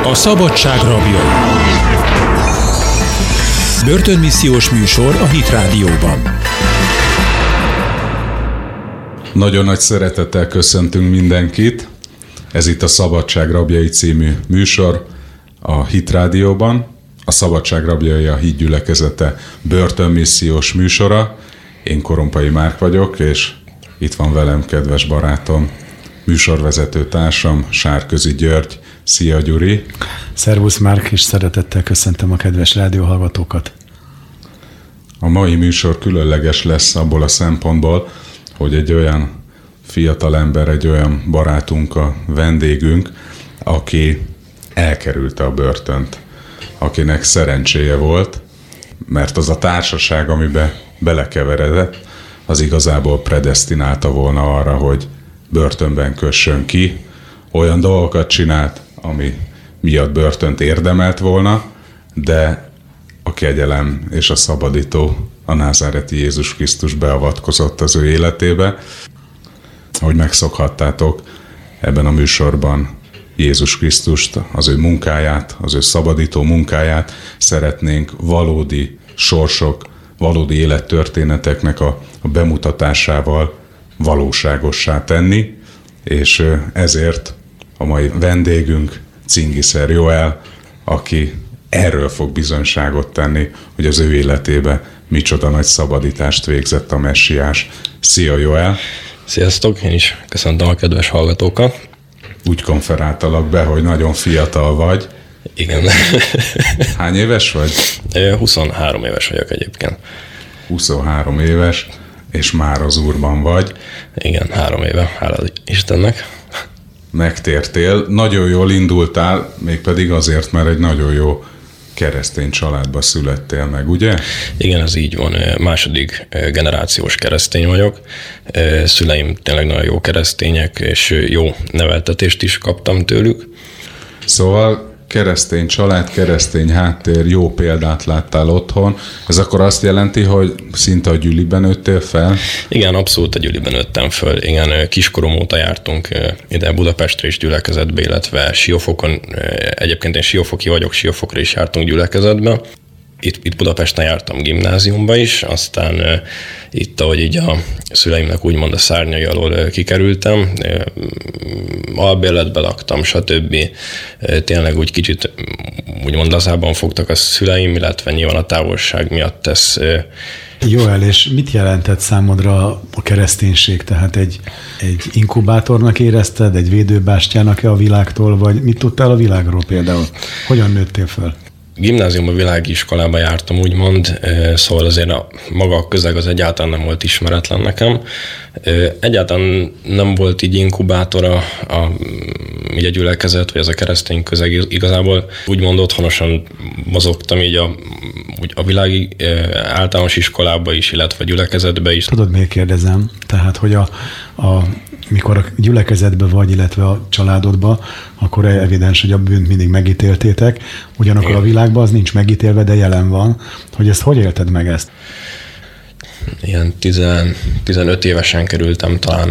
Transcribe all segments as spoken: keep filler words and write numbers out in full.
A szabadság rabjai. Börtönmissziós műsor a Hit Rádióban. Nagyon nagy szeretettel köszöntünk mindenkit. Ez itt a Szabadság rabjai című műsor a Hit Rádióban. A Szabadság rabjai a Hit gyülekezete börtönmissziós műsora. Én Korompai Márk vagyok, és itt van velem kedves barátom, műsorvezető társam, Sárközi György. Szia, Gyuri! Szervusz, Márk, és szeretettel köszöntöm a kedves rádióhallgatókat. A mai műsor különleges lesz abból a szempontból, hogy egy olyan fiatalember, egy olyan barátunk, a vendégünk, aki elkerülte a börtönt, akinek szerencséje volt, mert az a társaság, amiben belekeveredett, az igazából predesztinálta volna arra, hogy börtönben kössön ki, olyan dolgokat csinált, ami miatt börtönt érdemelt volna, de a kegyelem és a szabadító, a názáreti Jézus Krisztus beavatkozott az ő életébe. Ahogy megszokhattátok, ebben a műsorban Jézus Krisztust, az ő munkáját, az ő szabadító munkáját szeretnénk valódi sorsok, valódi élettörténeteknek a, a bemutatásával valóságossá tenni, és ezért a mai vendégünk Cingiszer Joel, aki erről fog bizonyságot tenni, hogy az ő életébe micsoda nagy szabadítást végzett a messiás. Szia, Joel! Sziasztok! Én is köszöntöm a kedves hallgatókat. Úgy konferáltalak be, hogy nagyon fiatal vagy. Igen. Hány éves vagy? huszonhárom éves vagyok egyébként. huszonhárom éves, és már az Úrban vagy. Igen, három éve, hála Istennek. Megtértél, nagyon jól indultál, mégpedig azért, mert egy nagyon jó keresztény családba születtél meg, ugye? Igen, ez így van. Második generációs keresztény vagyok. Szüleim tényleg nagyon jó keresztények, és jó neveltetést is kaptam tőlük. Szóval keresztény család, keresztény háttér, jó példát láttál otthon. Ez akkor azt jelenti, hogy szinte a gyüliben nőttél fel? Igen, abszolút a gyüliben nőttem föl. Igen, kiskorom óta jártunk ide Budapestre is gyülekezetbe, illetve Siófokon. Egyébként én siófoki vagyok, Siófokra is jártunk gyülekezetbe. Itt, itt Budapesten jártam gimnáziumba is, aztán uh, itt, ahogy így a szüleimnek úgymond a szárnyai alól uh, kikerültem, uh, albérletbe laktam, stb. Uh, tényleg úgy kicsit úgymond lazában fogtak a szüleim, illetve nyilván a távolság miatt ez... Uh, Joel, és mit jelentett számodra a kereszténység? Tehát egy, egy inkubátornak érezted, egy védőbástyának-e a világtól, vagy mit tudtál a világról például? Hogyan nőttél föl? Gimnáziumban, világi iskolába jártam, úgymond, szóval azért a maga a közeg az egyáltalán nem volt ismeretlen nekem. Egyáltalán nem volt így inkubátora a, a, így a gyülekezet, vagy ez a keresztény közeg igazából. Úgymond otthonosan mozogtam így a, a világi általános iskolába is, illetve a gyülekezetbe is. Tudod, miért kérdezem? Tehát, hogy a, a mikor a gyülekezetben vagy, illetve a családodban, akkor evidens, hogy a bűnt mindig megítéltétek, ugyanakkor a világban az nincs megítélve, de jelen van. Hogy ezt hogy élted meg ezt? Ilyen tizenöt évesen kerültem talán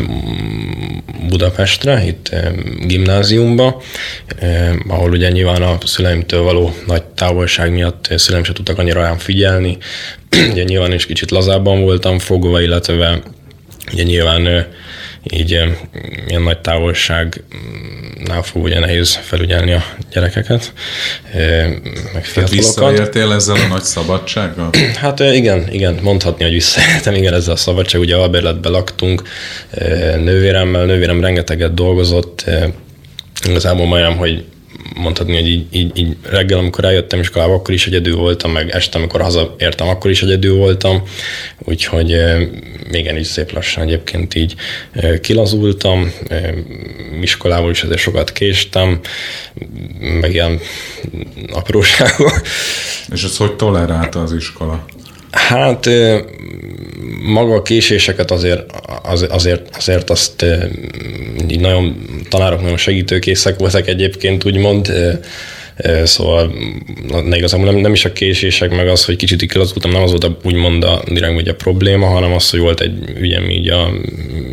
Budapestre, itt gimnáziumba, ahol ugye nyilván a szüleimtől való nagy távolság miatt szüleim se tudtak annyira rám figyelni. Ugye nyilván is kicsit lazábban voltam fogva, illetve ugye nyilván így ilyen nagy távolságnál fog ugye nehéz felügyelni a gyerekeket, meg fiatalokat. Visszaértél ezzel a nagy szabadsággal? Hát igen, igen, mondhatni, hogy visszaértem, igen, ezzel a szabadság. Ugye albérletben laktunk nővéremmel, nővérem rengeteget dolgozott, igazából majdnem, hogy mondhatni, hogy így, így, így reggel, amikor eljöttem iskolába, akkor is egyedül voltam, meg este, amikor hazaértem, akkor is egyedül voltam, úgyhogy igen, így szép lassan egyébként így kilazultam, iskolából is azért sokat késtem, meg ilyen apróságok. És ez hogy tolerálta az iskola? Hát maga a késéseket azért, azért, azért azt így nagyon, tanárok nagyon segítőkészek voltak egyébként, úgymond, Szóval ne igazából nem, nem is a késések, meg az, hogy kicsit kilazultam, nem az volt a, úgymond a, direkt, a probléma, hanem az, hogy volt egy ügyem így a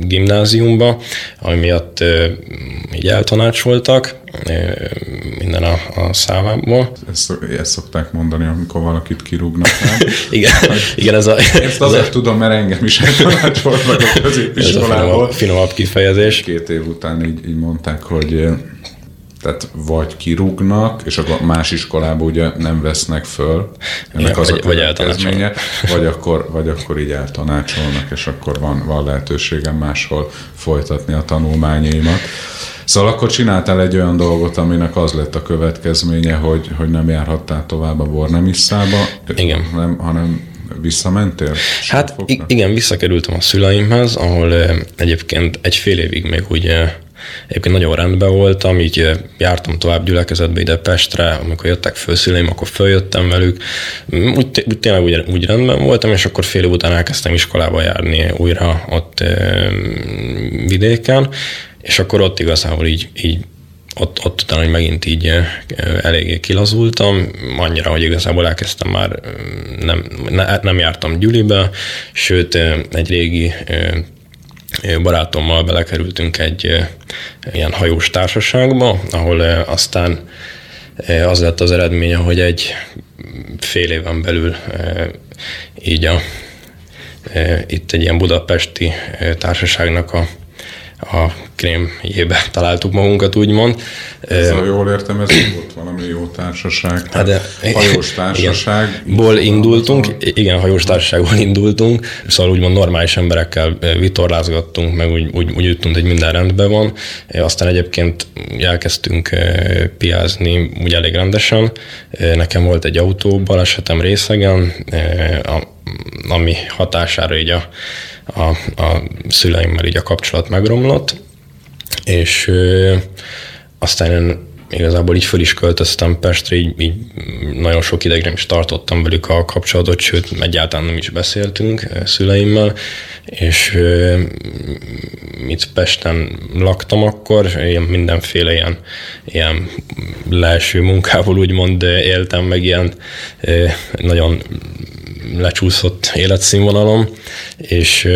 gimnáziumba, ami miatt így eltanácsoltak minden a, a számából. Ezt, ezt szokták mondani, amikor valakit kirúgnak. igen, igen, ez a... Ezt azért ez tudom, mert engem is eltanácsoltak a középiskolából. Ez a finomabb, finomabb kifejezés. Két év után így, így mondták, hogy tehát vagy kirúgnak, és akkor más iskolában ugye nem vesznek föl, ennek ja, az vagy, a következménye, vagy, vagy, akkor, vagy akkor így eltanácsolnak, és akkor van, van lehetőségem máshol folytatni a tanulmányaimat. Szóval akkor csináltál egy olyan dolgot, aminek az lett a következménye, hogy, hogy nem járhattál tovább a Bornemisszába, igen. Nem, hanem visszamentél? Hát igen, visszakerültem a szüleimhez, ahol egyébként egy fél évig még úgy egyébként nagyon rendben voltam, így jártam tovább gyülekezetbe ide Pestre, amikor jöttek főszüleim, akkor följöttem velük. Úgy, úgy tényleg úgy, úgy rendben voltam, és akkor fél év után elkezdtem iskolába járni újra ott e, vidéken, és akkor ott igazából így, így ott, ott utána, hogy megint így eléggé kilazultam, annyira, hogy igazából elkezdtem már, nem, ne, nem jártam gyülibe, sőt egy régi barátommal belekerültünk egy ilyen hajós társaságba, ahol aztán az lett az eredménye, hogy egy fél éven belül így a, itt egy ilyen budapesti társaságnak a a krémjébe találtuk magunkat, úgymond. Ez a jól értem, ez volt valami jó társaság, hát de, hajós társaság. Ból indultunk, igen, hajós társaságból indultunk, szóval úgymond normális emberekkel vitorlázgattunk, meg úgy, úgy, úgy jutunk, hogy minden rendben van. Aztán egyébként elkezdtünk piázni úgy elég rendesen. Nekem volt egy autó balesetem részegen, ami hatására így a A, a szüleimmel így a kapcsolat megromlott, és ö, aztán én igazából így föl is költöztem Pestre, így, így nagyon sok ideig nem is tartottam velük a kapcsolatot, sőt, egyáltalán nem is beszéltünk szüleimmel, és ö, itt Pesten laktam akkor, ilyen mindenféle ilyen, ilyen leeső munkából úgymond éltem, meg ilyen ö, nagyon lecsúszott életszínvonalom, és,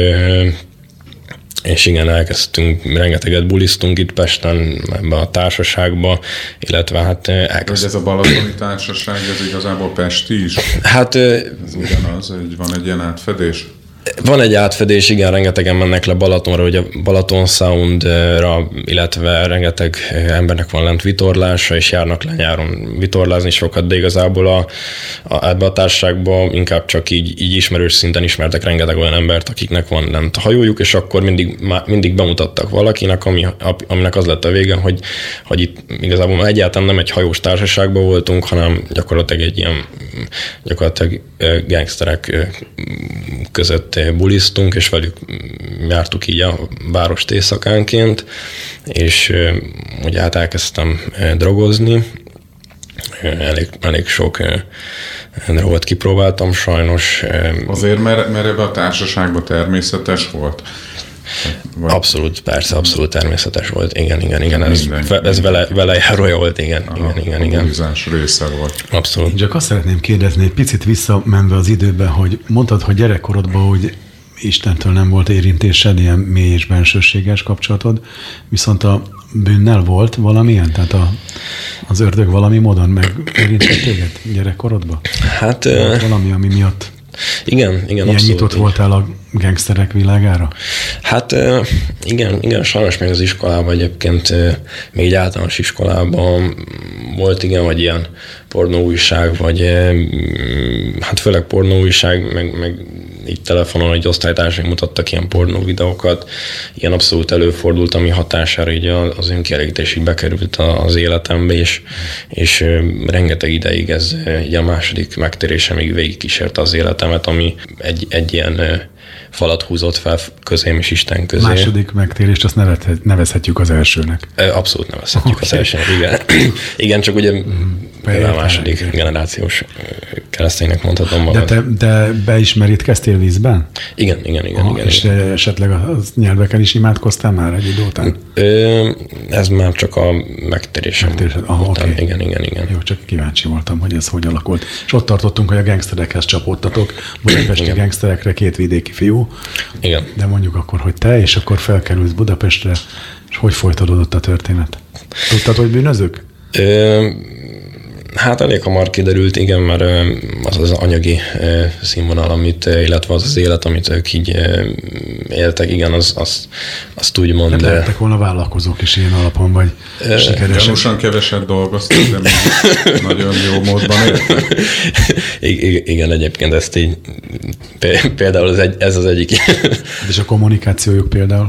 és igen, elkezdtünk, rengeteget buliztunk itt Pesten, ebbe a társaságba, illetve hát elkezdtünk. Hogy ez a balatoni társaság, ez igazából pesti is? Hát... Ez ugyanaz, hogy van egy ilyen átfedés? Van egy átfedés, igen, rengetegen mennek le Balatonra, ugye Balaton Soundra, illetve rengeteg embernek van lent vitorlása, és járnak le nyáron vitorlázni sokat, de igazából a, a, ebbe a társaságban inkább csak így, így ismerős szinten ismertek rengeteg olyan embert, akiknek van lent a hajójuk, és akkor mindig, mindig bemutattak valakinek, ami, aminek az lett a vége, hogy, hogy itt igazából egyáltalán nem egy hajós társaságban voltunk, hanem gyakorlatilag egy ilyen gyakorlatilag gangsterek között buliztunk, és velük jártuk így a várost éjszakánként, és ugye hát elkezdtem drogozni, elég, elég sok drogot kipróbáltam sajnos. Azért, mert, mert ebben a társaságban természetes volt? Vagy... Abszolút, persze, abszolút természetes volt. Igen, igen, igen. Ez, ez vele, vele járója volt, igen. Aha, igen, igen, igen. A bulizás része volt. Abszolút. Én csak azt szeretném kérdezni, egy picit visszamenve az időben, hogy mondtad, hogy gyerekkorodban, hogy Istentől nem volt érintésed, ilyen mély és bensőséges kapcsolatod, viszont a bűnnel volt valamilyen? Tehát a, az ördög valami módon megérintett téged gyerekkorodban? Hát... Volt valami, ami miatt igen, igen, ilyen abszolút. nyitott voltál a gangsterek világára? Hát igen, igen, sajnos még az iskolában egyébként, még így általános iskolában volt igen, vagy ilyen pornóújság, vagy hát főleg pornóújság, meg, meg így telefonon egy osztálytársaink mutattak ilyen pornó videókat. Ilyen abszolút előfordult, ami hatására így az önkielégítés így bekerült az életembe, és, és rengeteg ideig ez így a második megtérésem még végigkísérte az életemet, ami egy, egy ilyen falat húzott fel közém és Isten közé. Második megtérést azt nevezhetjük az elsőnek. Abszolút nevezhetjük okay. az elsőnek, igen. Igen, csak ugye mm, a második igen. generációs kereszténynek mondhatom magam. De te de beismerítkeztél vízben? Igen, igen, igen. Aha, igen és igen. esetleg a nyelveken is imádkoztál már egy idő után? Ö, ez már csak a megtérésem Megtérésed, aha, után. oké. Igen, igen, igen. Jó, csak kíváncsi voltam, hogy ez hogy alakult. És ott tartottunk, hogy a gangsterekhez csapódtatok, budapesti Igen. gangsterekre, két vidéki fiú, Igen. de mondjuk akkor, hogy te, és akkor felkerülsz Budapestre, és hogy folytatódott a történet? Tudtad, hogy bűnözők? Ö, hát elég hamar kiderült, igen, mert ö, az az anyagi ö, színvonal, amit, ö, illetve az az élet, amit ők így ö, éltek, igen, az, az, azt úgymond... De lehettek volna vállalkozók is ilyen alapon, vagy sikeresek. Gyanúsan keveset dolgoztak, de még nagyon jó módban éltek. I- igen, egyébként ezt így például ez, egy, ez az egyik. És a kommunikációjuk például,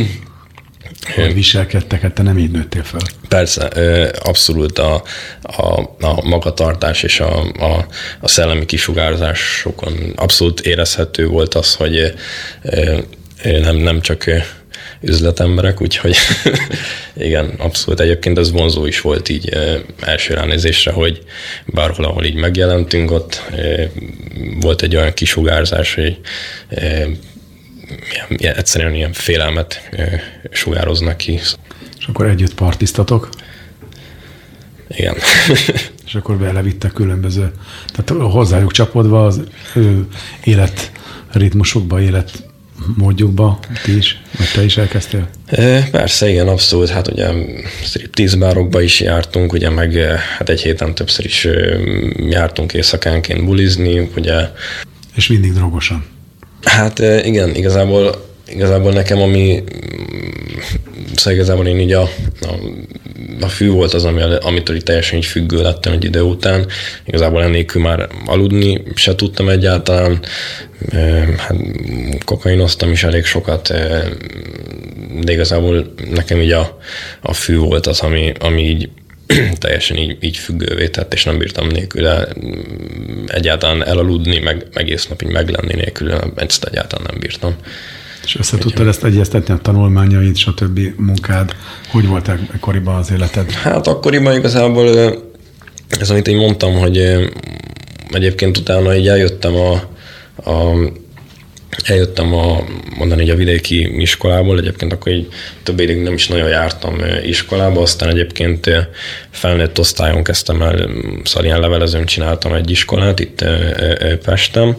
hogy viselkedtek, hát te nem így nőttél fel. Persze, abszolút a, a, a magatartás és a, a, a szellemi kisugárzásokon abszolút érezhető volt az, hogy nem, nem csak üzletemberek, úgyhogy igen, abszolút. Egyébként ez vonzó is volt így első ránézésre, hogy bárhol, ahol így megjelentünk, ott volt egy olyan kisugárzás, hogy ilyen, ilyen, egyszerűen ilyen félelmet sugároznak ki. És akkor együtt partiztatok, Igen. és akkor belevittek különböző, tehát hozzájuk csapodva az ő életritmusukba, életmódjukba ti is, vagy te is elkezdtél? Persze, igen, abszolút. Hát ugye striptease bárokba is jártunk, ugye meg hát egy héten többször is jártunk éjszakánként bulizni, ugye. És mindig drogosan. Hát igen, igazából, igazából nekem, ami szóval igazából én így a, a, a fű volt az, ami, amitől így teljesen így függő lettem egy idő után. Igazából ennélkül már aludni se tudtam egyáltalán. Hát kokainoztam is elég sokat, de igazából nekem így a, a fű volt az, ami, ami így teljesen így, így függővé tett, és nem bírtam nélküle egyáltalán elaludni, meg egész nap így meglenni nélküle, ezt egyáltalán nem bírtam. És össze tudtad ezt egyeztetni, a tanulmányaid, stb. Munkád? Hogy volt ekkoriban az életed? Hát akkoriban igazából ez, amit én mondtam, hogy egyébként utána így eljöttem a, a eljöttem a, mondani, így a vidéki iskolából, egyébként akkor így több évig nem is nagyon jártam iskolába, aztán egyébként felnőtt osztályon kezdtem el, szóval ilyen levelezőn csináltam egy iskolát itt Pesten,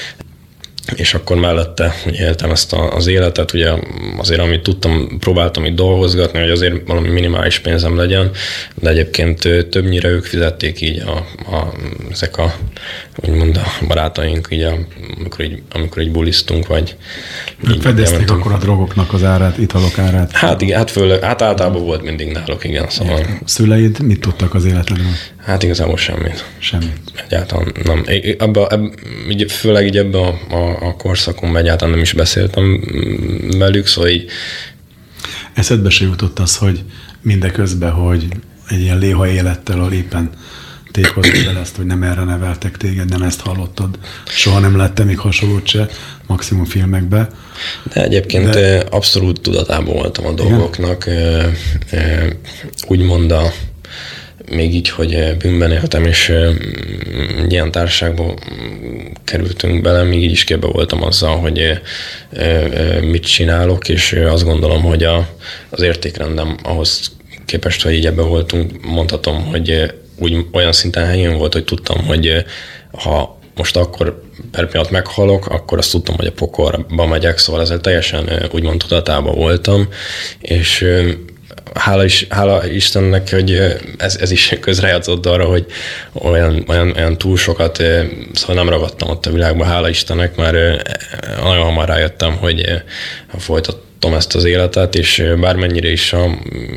és akkor mellette ugye éltem ezt az életet, ugye azért, amit tudtam, próbáltam itt dolgozgatni, hogy azért valami minimális pénzem legyen, de egyébként többnyire ők fizették így a, a, ezek a, úgymond a barátaink, így a, amikor, így, amikor így bulisztunk, vagy így fedezték akkor a drogoknak az árát, italok árát? Hát igen, hát főleg, hát általában volt mindig náluk, igen, szóval. A szüleid mit tudtak az életedről? Hát igazából semmit. Semmit. Egyáltalán nem. Ebbe, ebbe, így, főleg így ebben a, a, a korszakomban egyáltalán nem is beszéltem velük, szóval így... Eszedbe se jutott az, hogy mindeközben, hogy egy ilyen léha élettel, ahol éppen tékozol el ezt, hogy nem erre neveltek téged, nem ezt hallottad. Soha nem lettem még hasonlót se, maximum filmekbe. De egyébként De... abszolút tudatában voltam a dolgoknak. Igen? Úgymond a még így, hogy bűnben éltem, és ilyen társaságba kerültünk bele, még így is képbe voltam azzal, hogy mit csinálok, és azt gondolom, hogy a, az értékrendem ahhoz képest, hogy így ebben voltunk, mondhatom, hogy úgy olyan szinten helyén volt, hogy tudtam, hogy ha most akkor per pillanat meghalok, akkor azt tudtam, hogy a pokolba megyek, szóval ezzel teljesen úgymond tudatában voltam, és Hála, is, hála Istennek, hogy ez, ez is közrejátszott arra, hogy olyan, olyan, olyan túl sokat, szóval nem ragadtam ott a világban, hála Istennek, mert nagyon hamar rájöttem, hogy folytatom ezt az életet, és bármennyire is a,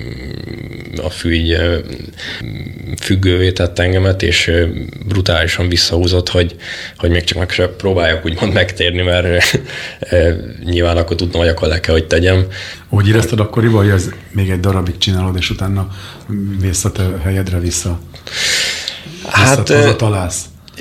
a fű így függővé tett engemet, és brutálisan visszahúzott, hogy, hogy még csak meg se próbáljak úgymond megtérni, mert nyilván akkor tudnom, hogy akkor le kell, hogy tegyem. Úgy érezted akkoriban, hogy ez még egy darabig csinálod, és utána vész a te helyedre vissza? Hát találsz?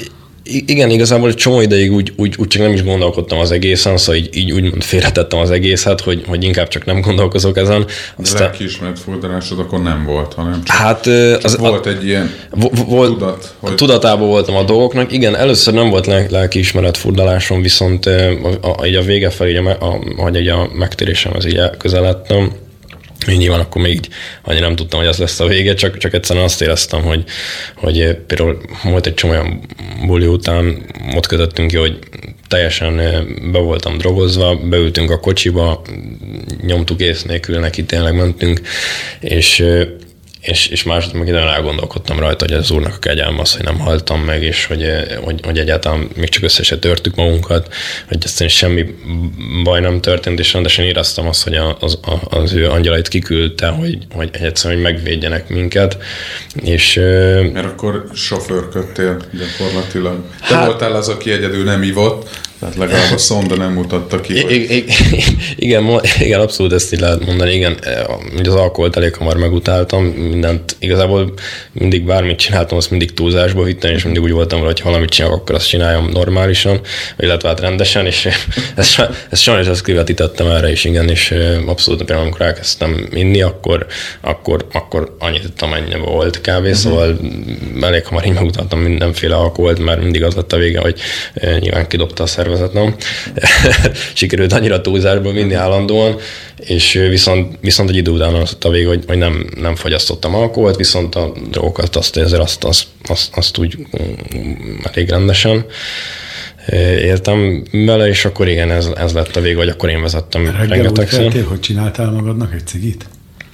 Igen, igazából egy csomó ideig úgy, úgy, úgy csak nem is gondolkodtam az egészen, szóval így, így úgymond félretettem az egészet, hogy, hogy inkább csak nem gondolkozok ezen. Aztán... De lelkiismeret furdalásod akkor nem volt, hanem csak, hát, csak az, volt egy ilyen volt, tudat. Hogy... Tudatában voltam a dolgoknak. Igen, először nem volt lelkiismeret furdalásom, viszont a, a, így a vége felé, a, a, hogy egy a megtérésemhez így közeledtem, én nyilván akkor még így annyira nem tudtam, hogy az lesz a vége, csak, csak egyszerűen azt éreztem, hogy, hogy például volt egy csomó olyan buli után, ott kötöttünk ki, hogy teljesen be voltam drogozva, beültünk a kocsiba, nyomtuk ész nélkül, neki tényleg mentünk, és És, és másodszor meg időn elgondolkodtam rajta, hogy az Úrnak a kegyelme az, hogy nem haltam meg, és hogy, hogy, hogy egyáltalán még csak össze se törtük magunkat, hogy aztán semmi baj nem történt, és rendesen éreztem azt, hogy az, az ő angyalait kiküldte, hogy, hogy egyszerűen hogy megvédjenek minket. És, mert akkor sofőrködtél gyakorlatilag. Te hát, voltál az, aki egyedül nem ivott, tehát legalább a szonda nem mutatta ki. Hogy... Igen, igen, abszolút ezt így lehet mondani. Igen, az alkoholt elég hamar megutáltam, mindent, igazából mindig bármit csináltam, azt mindig túlzásba vittem, és mindig úgy voltam vele, hogy valamit csinálok, akkor azt csináljam normálisan, illetve hát rendesen, és ezt, ezt sajnos ezt kivetítettem erre is, igen, és abszolút például, amikor elkezdtem inni, akkor, akkor, akkor annyit ittam, ennyi volt kb. Uh-huh. Szóval elég hamar így megutáltam mindenféle alkoholt, mert mindig az lett a vége, hogy nyilván kidobta a szervezetem. Sikerült annyira túlzásból vinni állandóan, és viszont, viszont egy idő után az a vége, hogy, hogy nem, nem fogyasztottam alkoholt, viszont a drogokat azt, azért azt, azt, azt, azt úgy elég rendesen éltem vele, és akkor igen, ez, ez lett a vége, hogy akkor én vezettem rengetegszer. Reggel úgy hogy csináltál magadnak egy cigit?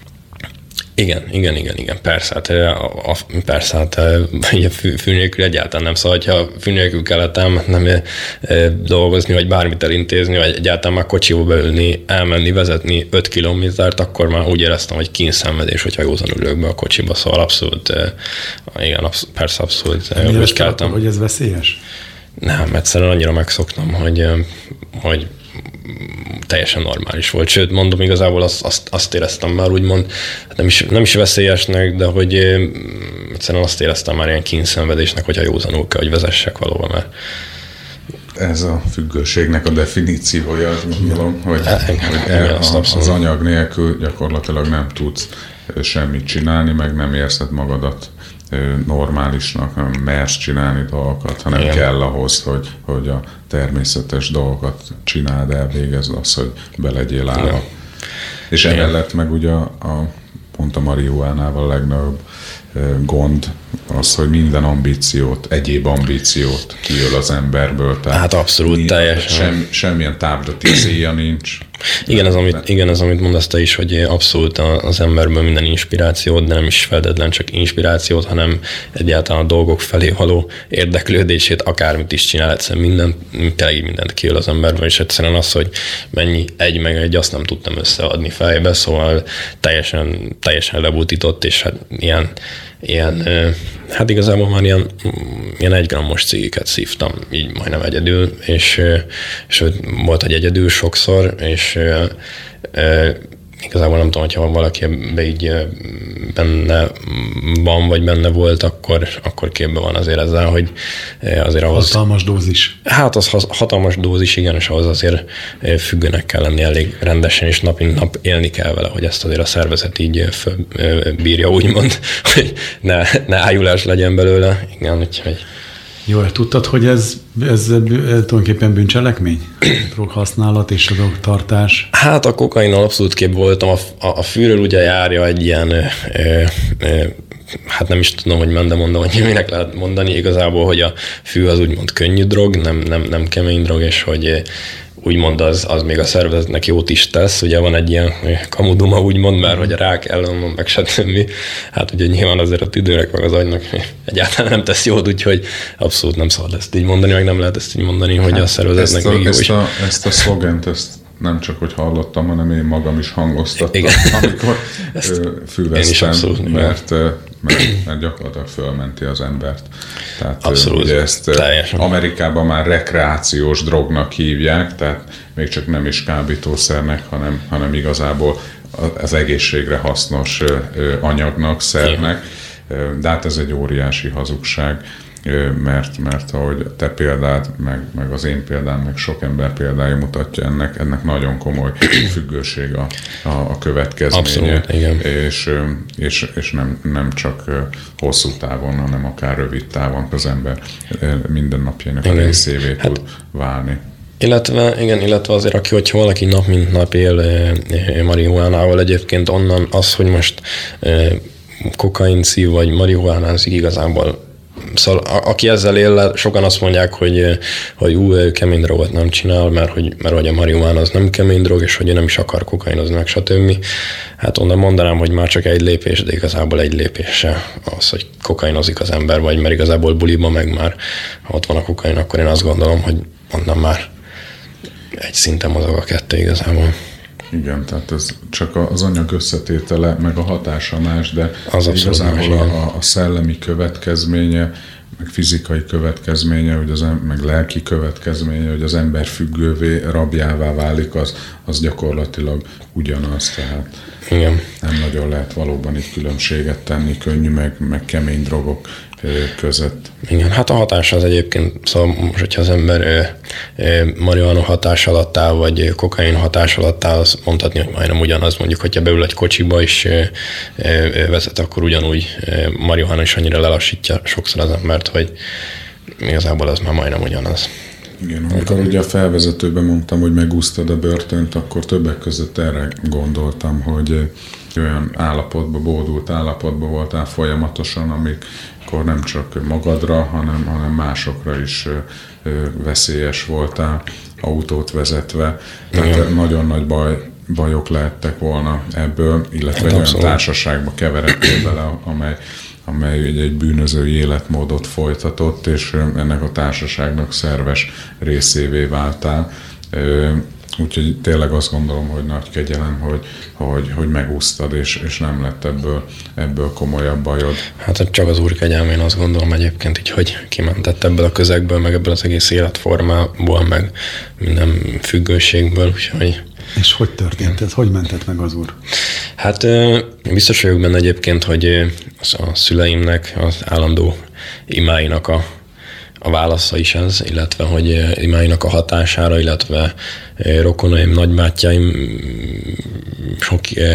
Igen, igen, igen, igen, persze, hát, a, a, persze, hát a fű, fű nélkül egyáltalán nem, szóval, ha fű nélkül kellett elmennem e, e, dolgozni, vagy bármit elintézni, vagy egyáltalán már kocsiba beülni, elmenni, vezetni öt kilométert, akkor már úgy éreztem, hogy kínszenvedés, hogyha józanul ülök be a kocsiba, szóval abszolút, e, igen, abszolút, persze abszolút úgy keltem. Hogy ez veszélyes? Nem, egyszerűen annyira megszoktam, hogy, hogy teljesen normális volt. Sőt, mondom, igazából azt, azt, azt éreztem már úgymond, nem is, nem is veszélyesnek, de hogy egyszerűen azt éreztem már ilyen kínszenvedésnek, hogyha józanul kell, hogy vezessek valóban, mert ez a függőségnek a definíciója, azt gondolom, hogy, e, hogy el, a, az anyag nélkül gyakorlatilag nem tudsz semmit csinálni, meg nem érzed magadat normálisnak, nem mersz csinálni dolgokat, hanem igen. kell ahhoz, hogy, hogy a természetes dolgokat csináld, elvégezd az, hogy be legyél állva. És igen. emellett meg ugye a, a, pont a marihuánával a legnagyobb gond az, hogy minden ambíciót, egyéb ambíciót kiöl az emberből. Tehát hát abszolút, mi, teljesen. Sem, semmilyen távlati célja nincs. Igen, az, amit, igen, az, amit mondasz te is, hogy abszolút az emberből minden inspirációt, de nem is feltétlen csak inspirációt, hanem egyáltalán a dolgok felé való érdeklődését, akármit is csinál, egyszerűen minden, tényleg mindent kiöl az emberből, és egyszerűen az, hogy mennyi egy meg egy, azt nem tudtam összeadni fejbe, szóval teljesen, teljesen lebutított, és hát ilyen, ilyen hát igazából már ilyen, ilyen egy grammos cigiket szívtam, így majdnem egyedül, és, és volt egy egyedül sokszor, és e, igazából nem tudom, hogyha valaki ebbe így benne van, vagy benne volt, akkor, akkor képben van azért ezzel, hogy azért ahhoz... Hatalmas dózis. Hát az hatalmas dózis, igen, és ahhoz azért függőnek kell lenni elég rendesen, és nap mint nap élni kell vele, hogy ezt azért a szervezet így bírja, úgymond, hogy ne, ne ájulás legyen belőle. Igen, úgyhogy... Jó, tudtad, hogy ez, ez tulajdonképpen bűncselekmény? Droghasználat és a drogtartás? Hát a kokainnal abszolút kép voltam. A, a, a fűről ugye járja egy ilyen, e, e, hát nem is tudom, hogy mende mondom, hogy minek lehet mondani. Igazából, hogy a fű az úgymond könnyű drog, nem, nem, nem kemény drog, és hogy úgymond az, az még a szervezetnek jót is tesz. Ugye van egy ilyen kamuduma, úgymond, mert hogy a rák ellen, meg stb. Hát ugye nyilván azért a tüdőnek, meg az agynak egyáltalán nem tesz jót, úgyhogy abszolút nem szabad ezt így mondani, meg nem lehet ezt így mondani, hogy hát a szervezetnek még jó ezt is. A, ezt a szlogent, ezt nem csak, hogy hallottam, hanem én magam is hangoztattam, igen. amikor fülveztem, mert, mert, mert gyakorlatilag fölmenti az embert. Tehát abszolút, ugye ezt teljesen. Amerikában már rekreációs drognak hívják, tehát még csak nem is kábítószernek, hanem, hanem igazából az egészségre hasznos anyagnak, szernek, de hát ez egy óriási hazugság. mert, mert ahogy te példád, meg, meg az én példám, meg sok ember példája mutatja ennek, ennek nagyon komoly függőség a, a, a következménye. Abszolút, igen. És, és, és nem, nem csak hosszú távon, hanem akár rövid távon az ember mindennapjainak a részévé hát, tud válni. Illetve, igen, illetve azért, aki, hogyha valaki nap mint nap él e, marihuánával, egyébként onnan az, hogy most e, kokain szív, vagy marihuánán szív, igazából szóval a, aki ezzel él, sokan azt mondják, hogy, hogy ú, ő kemény drogot nem csinál, mert hogy, mert hogy a marihuán az nem kemény drog, és hogy ő nem is akar kokainozni, meg stb. Hát onnan mondanám, hogy már csak egy lépés, de igazából egy lépése az, hogy kokainozik az ember, vagy mert igazából buliba meg már, ha ott van a kokain, akkor én azt gondolom, hogy onnan már egy szinten mozog a kettő igazából. Igen, tehát ez csak az anyag összetétele, meg a hatása más, de az igazából a, a szellemi következménye, meg fizikai következménye, hogy az, meg lelki következménye, hogy az ember függővé, rabjává válik, az, az gyakorlatilag ugyanaz. Tehát igen. Nem nagyon lehet valóban itt különbséget tenni könnyű, meg, meg kemény drogok között. Igen, hát a hatás az egyébként, szóval most, hogyha az ember marihuana hatás alatt áll, vagy kokain hatás alatt áll, azt mondhatni, hogy majdnem ugyanaz. Mondjuk, hogyha beül egy kocsiba és vezet, akkor ugyanúgy marihuana is annyira lelassítja sokszor az embert, hogy igazából az már majdnem ugyanaz. Igen, amikor ugye a felvezetőben mondtam, hogy megúsztad a börtönt, akkor többek között erre gondoltam, hogy olyan állapotban, bódult állapotban voltál folyamatosan, amikor nem csak magadra, hanem, hanem másokra is veszélyes voltál autót vezetve. Tehát igen. Nagyon nagy baj, bajok lehettek volna ebből, illetve egy olyan társaságba keveredtél bele, amely amely egy bűnözői életmódot folytatott, és ennek a társaságnak szerves részévé váltál. Úgyhogy tényleg azt gondolom, hogy nagy kegyelem, hogy, hogy, hogy megúsztad, és, és nem lett ebből, ebből komolyabb bajod. Hát csak az Úr kegyelmén azt gondolom egyébként, így, hogy kimentett ebből a közegből, meg ebből az egész életformából, meg minden függőségből, úgyhogy... És hogy történt ez? Hogy mentett meg az Úr? Hát biztos vagyok benne egyébként, hogy a szüleimnek az állandó imáinak a, a válasza is ez, illetve hogy imáinak a hatására, illetve rokonaim, nagybátyáim sok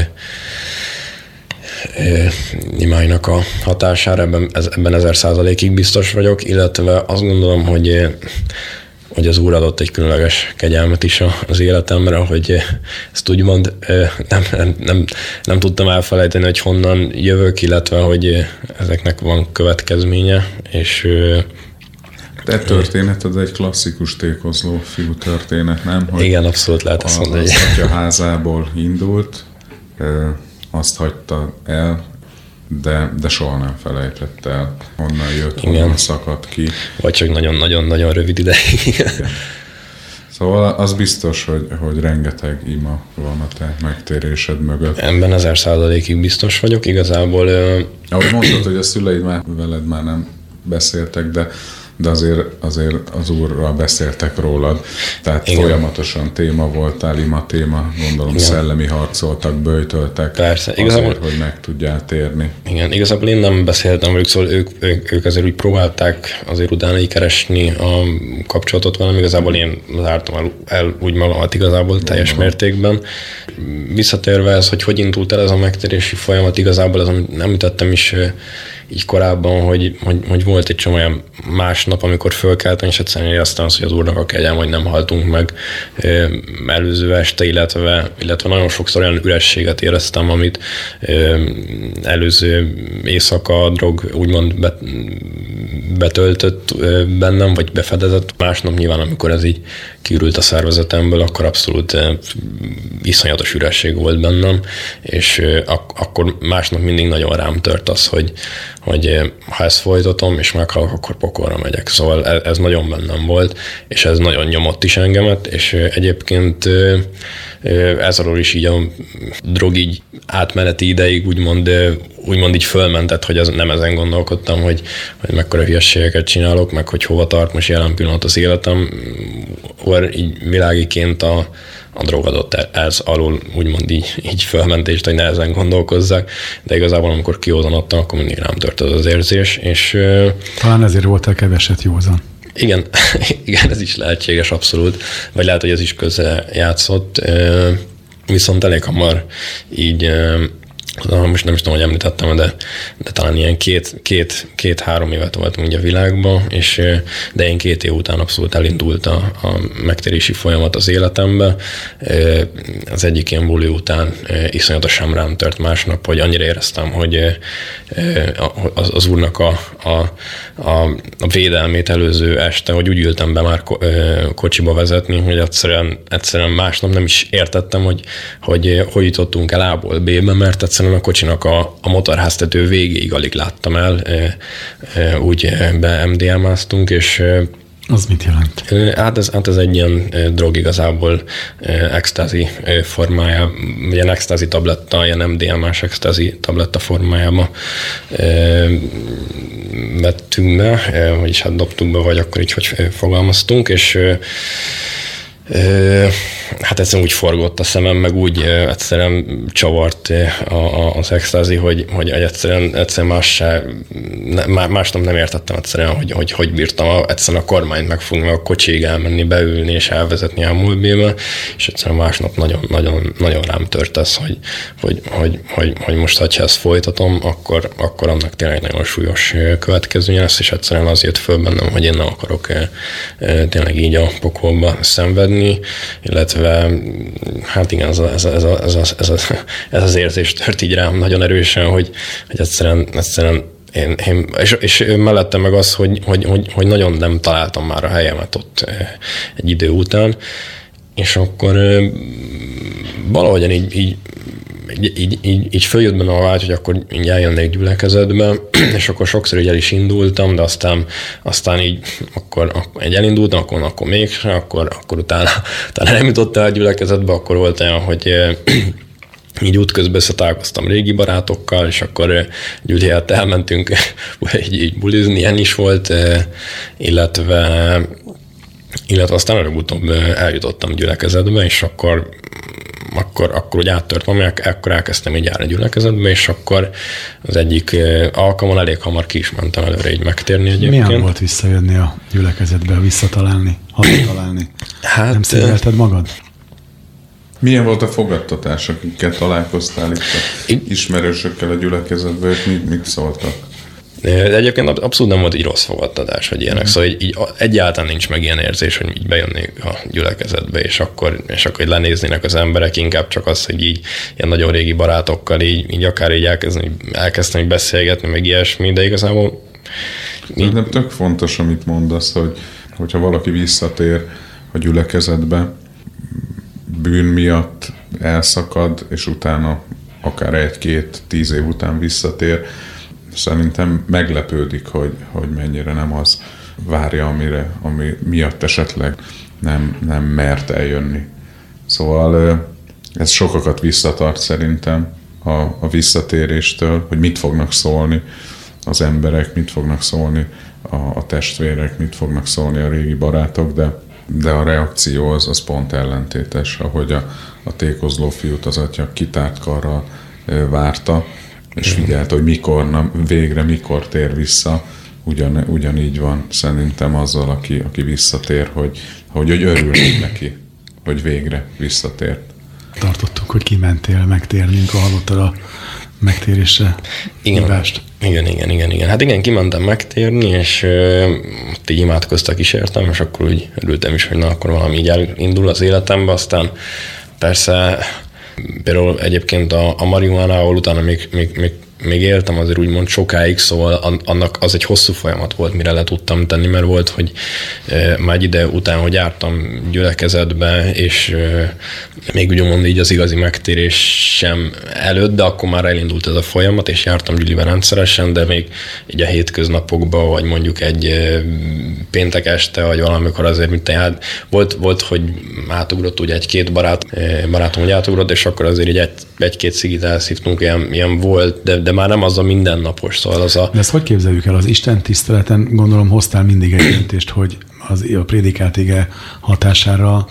imáinak a hatására, ebben, ebben ezer százalékig biztos vagyok, illetve azt gondolom, hogy hogy az Úr adott egy különleges kegyelmet is az életemre, hogy ezt úgymond nem, nem, nem, nem tudtam elfelejteni, hogy honnan jövök, illetve hogy ezeknek van következménye, és te történeted egy klasszikus tékozló fiú történet, nem? Hogy igen, abszolút lehet ezt mondani. Az atya házából indult, azt hagyta el, De, de soha nem felejtett el, honnan jött, honnan igen. szakadt ki. Vagy csak nagyon-nagyon-nagyon rövid ideig. Igen. Szóval az biztos, hogy, hogy rengeteg ima van a te megtérésed mögött. Ebben ezer százalékig biztos vagyok. Igazából... Ahogy mondtad, hogy a szüleid már veled már nem beszéltek, de de azért, azért az Úrral beszéltek rólad, tehát igen. folyamatosan téma voltál, ima téma, gondolom igen. szellemi harcoltak, böjtöltek. Persze, azért, igazából, hogy meg tudjál térni. Igen, igazából én nem beszéltem velük, szóval ők, ők, ők azért úgy próbálták azért utána keresni a kapcsolatot velem, igazából én zártam el, el úgy magamat igazából teljes Gondolom. mértékben. Visszatérve ez, hogy hogy indult el ez a megtérési folyamat, igazából ez, amit említettem is így korábban, hogy, hogy, hogy volt egy csomó olyan másnap, amikor fölkeltem, és egyszerűen éreztem azt, hogy az Úrnak a kegyelme, hogy nem haltunk meg előző este, illetve, illetve nagyon sokszor olyan ürességet éreztem, amit előző éjszaka drog úgymond betöltött bennem, vagy befedezett. Másnap nyilván, amikor ez így kiürült a szervezetemből, akkor abszolút iszonyatos üresség volt bennem, és ak- akkor másnap mindig nagyon rám tört az, hogy, hogy ha ezt folytatom, és meghalok, akkor pokolra megyek. Szóval ez, ez nagyon bennem volt, és ez nagyon nyomott is engemet, és egyébként ez alól is így a drog így átmeneti ideig úgymond, úgymond így fölmentett, hogy az, nem ezen gondolkodtam, hogy, hogy mekkora hülyességeket csinálok, meg hogy hova tart most jelen pillanat az életem, or így világiként a, a drog adott ez alul, úgymond így, így fölmentést, hogy nehezen gondolkozzak, de igazából amikor kiózanodtam, akkor mindig rám tört az az érzés, és... Talán ezért voltál keveset józan. Igen, igen, ez is lehetséges abszolút, vagy lehet, hogy ez is közel játszott, viszont elég hamar így, most nem is tudom, hogy említettem, de, de talán ilyen két, két, két-három évet voltam ugye a világban, és, de én két év után abszolút elindult a, a megtérési folyamat az életembe. Az egyik ilyen buli után iszonyatosan rám tört másnap, hogy annyira éreztem, hogy az, az úrnak a, a, a, a védelmét előző este, hogy úgy ültem be már kocsiba vezetni, hogy egyszerűen, egyszerűen másnap nem is értettem, hogy hogy, hogy jutottunk el A-ból B-be, mert egyszerűen a kocsinak a, a motorháztető végéig alig láttam el, úgy be em dé em-áztunk, és az mit jelent? Hát ez, hát ez egy ilyen drog igazából extázi formájában, ilyen extázi tabletta, ilyen em dé em-ás extázi tabletta formájában vettünk be, vagyis hát dobtuk be, vagy akkor így, hogy fogalmaztunk, és hát egyszerűen úgy forgott a szemem, meg úgy egyszerűen csavart a, a, az extázi, hogy, hogy egyszerűen, egyszerűen más se, másnap nem értettem egyszerűen, hogy hogy, hogy bírtam a, egyszerűen a kormányt megfogni, meg a kocsiig elmenni, beülni és elvezetni a múltbébe, és egyszerűen másnap nagyon, nagyon, nagyon rám tört ez, hogy, hogy, hogy, hogy, hogy most, ha ezt folytatom, akkor, akkor annak tényleg nagyon súlyos következménye lesz, és egyszerűen az jött föl bennem, hogy én nem akarok tényleg így a pokolba szenvedni, illetve hát igen, ez, a, ez, a, ez, a, ez, a, ez, a, ez az érzés tört így rám nagyon erősen, hogy, hogy egyszerűen, egyszerűen én, én, és, és mellette meg az, hogy, hogy, hogy, hogy nagyon nem találtam már a helyemet ott egy idő után, és akkor valahogyan így, így Így, így, így, így följött benne a vágy, hogy akkor így eljönnék gyülekezetbe, és akkor sokszor így el is indultam, de aztán, aztán így akkor, akkor egy elindultam, akkor, akkor mégsem, akkor, akkor utána, utána nem jutott el a gyülekezetbe, akkor volt olyan, hogy így útközben összetalálkoztam régi barátokkal, és akkor egy helyett elmentünk így, így bulizni, ilyen is volt, illetve, illetve aztán előbb-utóbb eljutottam gyülekezetbe, és akkor akkor, akkor úgy áttört valami, akkor elkezdtem így járni a gyülekezetbe, és akkor az egyik alkalommal elég hamar ki is mentem előre így megtérni egyébként. Milyen volt visszajönni a gyülekezetbe, visszatalálni, hazatalálni? Hát, nem szégyelted magad? Milyen volt a fogadtatás, akikkel találkoztál itt a ismerősökkel a gyülekezetben, ők mit, mit szóltak? De egyébként abszolút nem volt így rossz fogadtatás, hogy ilyenek. Mm. Szóval így, így egyáltalán nincs meg ilyen érzés, hogy így bejönnék a gyülekezetbe, és akkor, és akkor így lenéznének az emberek, inkább csak az, hogy így ilyen nagyon régi barátokkal így, így akár így elkezdeni, elkezdeni beszélgetni, meg ilyesmi, de igazából... Így... Nem tök fontos, amit mondasz, hogy hogyha valaki visszatér a gyülekezetbe, bűn miatt elszakad, és utána akár egy-két, tíz év után visszatér, szerintem meglepődik, hogy, hogy mennyire nem az várja, amire, ami miatt esetleg nem, nem mert eljönni. Szóval ez sokakat visszatart szerintem a, a visszatéréstől, hogy mit fognak szólni az emberek, mit fognak szólni a, a testvérek, mit fognak szólni a régi barátok, de, de a reakció az, az pont ellentétes, ahogy a, a tékozló fiút az atya kitárt karral várta, és figyelte, hogy mikor, na, végre mikor tér vissza, ugyan, ugyanígy van szerintem azzal, aki, aki visszatér, hogy, hogy, hogy örülnek neki, hogy végre visszatért. Tartottuk, hogy kimentél megtérni, amikor hallottad a megtérésre hívást. Igen, igen, igen, igen. Hát igen, kimentem megtérni, és uh, ott így imádkoztak kísértem, és akkor úgy örültem is, hogy na, akkor valami így elindul az életembe, aztán persze például egyébként a, a marihuánával utána még, még, még, még éltem azért úgymond sokáig, szóval annak az egy hosszú folyamat volt, mire le tudtam tenni, mert volt, hogy e, már egy ide után, hogy jártam gyülekezetbe, és e, még úgymond így az igazi megtérés sem előtt, de akkor már elindult ez a folyamat, és jártam gyülibe rendszeresen, de még így a hétköznapokban, vagy mondjuk egy e, péntek este, vagy valamikor azért, mint tehát volt, volt, hogy átugrott ugye egy-két barát, e, barátom, hogy átugrott, és akkor azért így egy, egy-két cigit elszívtunk, ilyen, ilyen volt, de de már nem az a mindennapos, szóval az a... De ezt hogy képzeljük el? Az Isten tiszteleten gondolom hoztál mindig egy döntést, hogy az, a prédikált ige hatására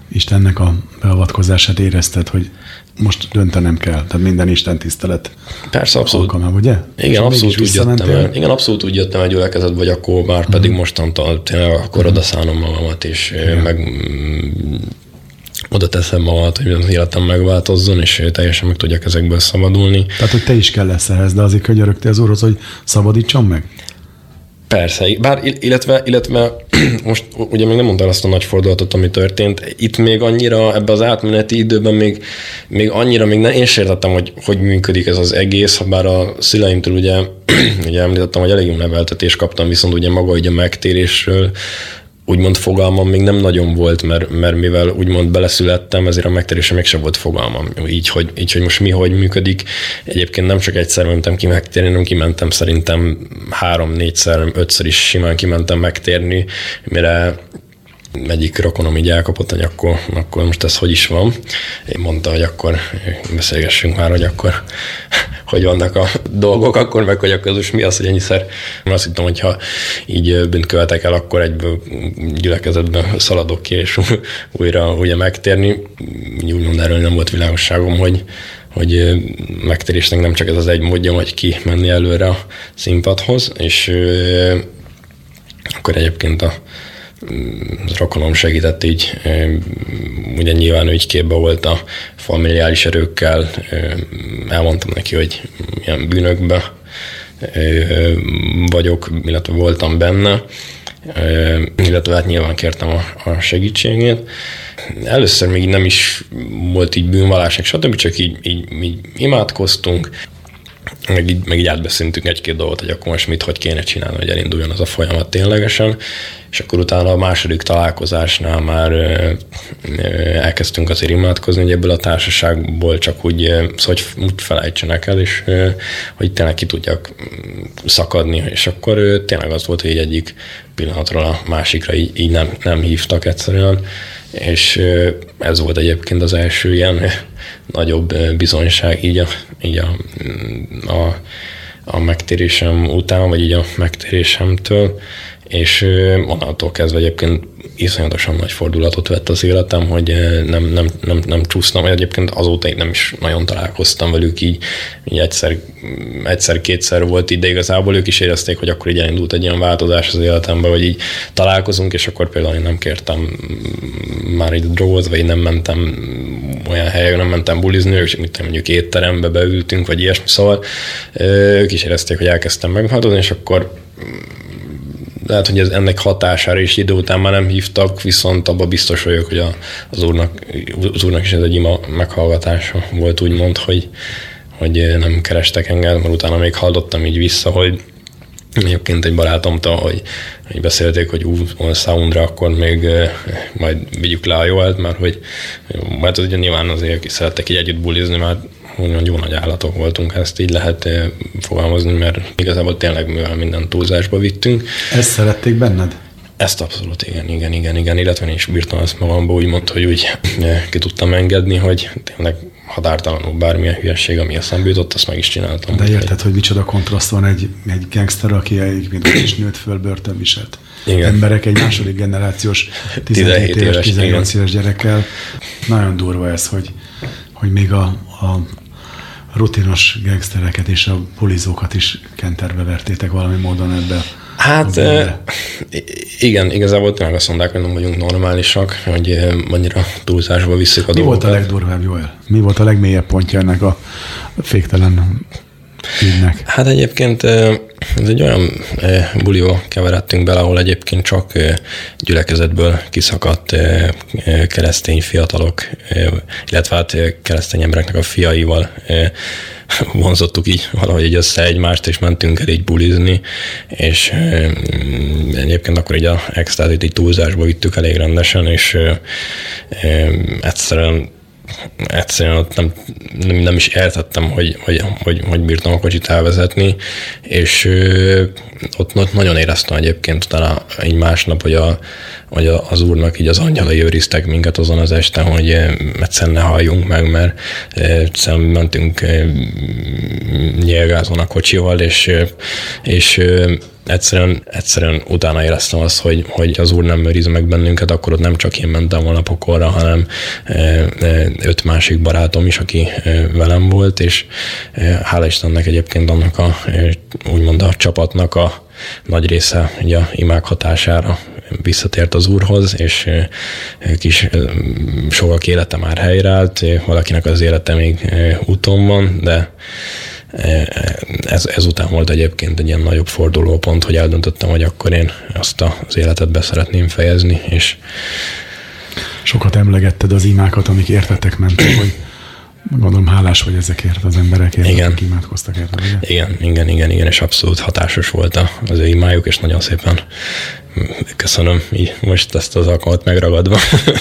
Istennek a beavatkozását érezted, hogy most döntenem kell, tehát minden Isten tisztelet. Persze, abszolút. Alkalmám, ugye? Igen, abszolút úgy jöttem el. Igen, abszolút úgy jöttem el gyülekezetbe, vagy akkor már pedig uh-huh. mostantól tényleg akkor uh-huh. oda szánom magamat, és igen. meg mm, oda teszem magamat, hogy az életem megváltozzon, és teljesen meg tudjak ezekből szabadulni. Tehát, hogy te is kell lesz ehhez, de azért könyörögtél az Úrhoz, hogy szabadítson meg? Persze, bár illetve, illetve most ugye még nem mondtál azt a nagy fordulatot, ami történt. Itt még annyira, ebben az átmeneti időben még, még annyira még ne, én sem értettem, hogy hogy működik ez az egész, bár a szüleimtől ugye, ugye említettem, hogy elég jó neveltetést kaptam, viszont ugye maga ugye a megtérésről úgymond fogalmam még nem nagyon volt, mert, mert mivel úgymond beleszülettem, ezért a megtérésre mégsem volt fogalmam. Így hogy, így, hogy most mi, hogy működik. Egyébként nem csak egyszer mentem ki megtérni, hanem kimentem szerintem három, négyszer, ötször is simán kimentem megtérni, mire egyik rokonom így elkapott, hogy akkor, akkor most ez hogy is van. Én mondta, hogy akkor beszélgessünk már, hogy akkor hogy vannak a dolgok, akkor meg, hogy akkor mi az, hogy ennyiszer. Azt hittem, hogyha így bűnt követek el, akkor egyből gyülekezetben szaladok ki, és újra ugye megtérni. Úgymond erről nem volt világosságom, hogy hogy megtérésnek nem csak ez az egy módja, hogy ki menni előre a színpadhoz, és akkor egyébként a az rokonom segített így, ugye nyilván ő így képbe volt a familiális erőkkel, elmondtam neki, hogy milyen bűnökben vagyok, illetve voltam benne, illetve hát nyilván kértem a, a segítségét. Először még nem is volt így bűnvallás, stb., csak így, így, így imádkoztunk, meg így, meg így átbeszéltünk egy-két dolgot, hogy akkor most mit, hogy kéne csinálni, hogy elinduljon az a folyamat ténylegesen, és akkor utána a második találkozásnál már elkezdtünk azért imádkozni, hogy ebből a társaságból csak úgy, szóval, hogy úgy felejtsenek el, és hogy tényleg ki tudjak szakadni, és akkor tényleg az volt, hogy egyik pillanatról a másikra így, így nem, nem hívtak egyszerűen, és ez volt egyébként az első ilyen nagyobb bizonyság így a, így a, a, a megtérésem után, vagy így a megtérésemtől, és onnantól kezdve egyébként iszonyatosan nagy fordulatot vett az életem, hogy nem, nem, nem, nem csúsztam, vagy egyébként azóta én nem is nagyon találkoztam velük, így, így egyszer, egyszer-kétszer volt így, de igazából ők is érezték, hogy akkor így elindult egy ilyen változás az életemben, hogy így találkozunk, és akkor például én nem kértem már így drogot, vagy én nem mentem olyan helyen, nem mentem bulizni, ők mit mondjuk étterembe beültünk, vagy ilyesmi, szóval ők is érezték, hogy elkezdtem megváltozni, és akkor lehet, hogy ez ennek hatására is idő után már nem hívtak, viszont abban biztos vagyok, hogy a, az, úrnak, az úrnak is ez egy ima meghallgatása volt, úgymond, hogy, hogy nem kerestek engem, mert utána még hallottam így vissza, hogy egyébként egy barátomtól, hogy, hogy beszélték, hogy ú, van soundra, akkor még majd vigyük le a Joelt, mert hogy mert ugye nyilván azért, aki szerettek így együtt bulizni, mert jó nagy állatok voltunk, ezt így lehet fogalmazni, mert igazából tényleg mivel minden túlzásba vittünk. Ezt szerették benned? Ezt abszolút, igen, igen, igen, igen, illetve én is bírtam ezt magamba, úgymond, hogy úgy ki tudtam engedni, hogy tényleg határtalanul bármilyen hülyesség, ami eszembe jutott, azt meg is csináltam. De érted, hogy, hogy micsoda kontraszt van egy, egy gangster, aki egyébként is nőtt föl börtönviselt. Igen. Emberek egy második generációs tizenhét éves, tizennyolc éves gyerekkel. Nagyon durva ez, hogy, hogy még a, a rutinos gangstereket és a polizókat is kenterbe vertétek valami módon ebbe. Hát e, igen, igazából tényleg azt mondták, hogy nem vagyunk normálisak, hogy annyira túlzásba visszük a Mi dolgokat. volt a legdurvább, Joel? Mi volt a legmélyebb pontja ennek a féktelen ügynek? Hát egyébként ez egy olyan buliba keveredtünk bele, ahol egyébként csak gyülekezetből kiszakadt keresztény fiatalok, illetve hát keresztény embereknek a fiaival vonzottuk így valahogy így össze egymást, és mentünk el így bulizni, és egyébként akkor így a extázit így túlzásba vittük elég rendesen, és egyszerűen egyszerűen ott nem, nem, nem is értettem, hogy, hogy, hogy, hogy bírtam a kocsit elvezetni, és ö, ott, ott nagyon éreztem egyébként utána így másnap, hogy, a, hogy az úrnak így az angyalai őriztek minket azon az este, hogy egyszerűen ne halljunk meg, mert egyszerűen mentünk nyilgázon a kocsival, és, és egyszerűen, egyszerűen utána éreztem azt, hogy, hogy az Úr nem őriz meg bennünket, akkor ott nem csak én mentem volna pokolra, hanem öt másik barátom is, aki velem volt, és hála Istennek egyébként annak a, úgymond a csapatnak a nagy része ugye a imák hatására visszatért az Úrhoz, és kis sokak élete már helyreállt, valakinek az élete még úton van, de ez, ezután volt egyébként egy ilyen nagyobb fordulópont, hogy eldöntöttem, hogy akkor én azt az életet be szeretném fejezni, és sokat emlegetted az imákat, amik értetek mentek, hogy gondolom hálás vagy ezekért az emberekért, igen. akik imádkoztak érte, ugye? Igen, igen, igen, igen, és abszolút hatásos volt az ő imájuk, és nagyon szépen köszönöm így most ezt az alkalmat megragadva.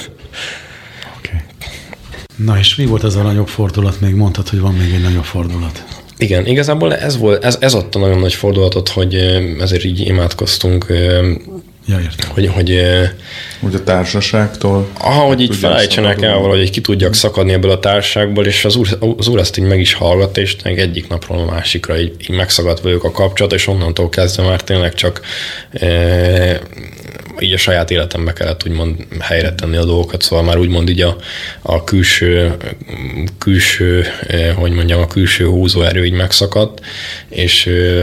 Okay. Na és mi volt az a nagyobb fordulat? Még mondtad, hogy van még egy nagyobb fordulat. Igen, igazából ez, volt, ez, ez adta nagyon nagy fordulatot, hogy ezért így imádkoztunk, ja, értem. hogy, hogy, hogy a társaságtól ahogy így felejtsenek el valahogy, hogy ki tudjak szakadni ebből a társaságból, és az úr, az úr ezt így meg is hallgatta, és egyik napról a másikra így, így megszagadt velük a kapcsolat, és onnantól kezdve már tényleg csak e, így a saját életembe kellett úgymond helyre tenni a dolgokat, szóval már úgymond így a, a külső, külső, eh, hogy mondjam, a külső húzóerő így megszakadt, és eh,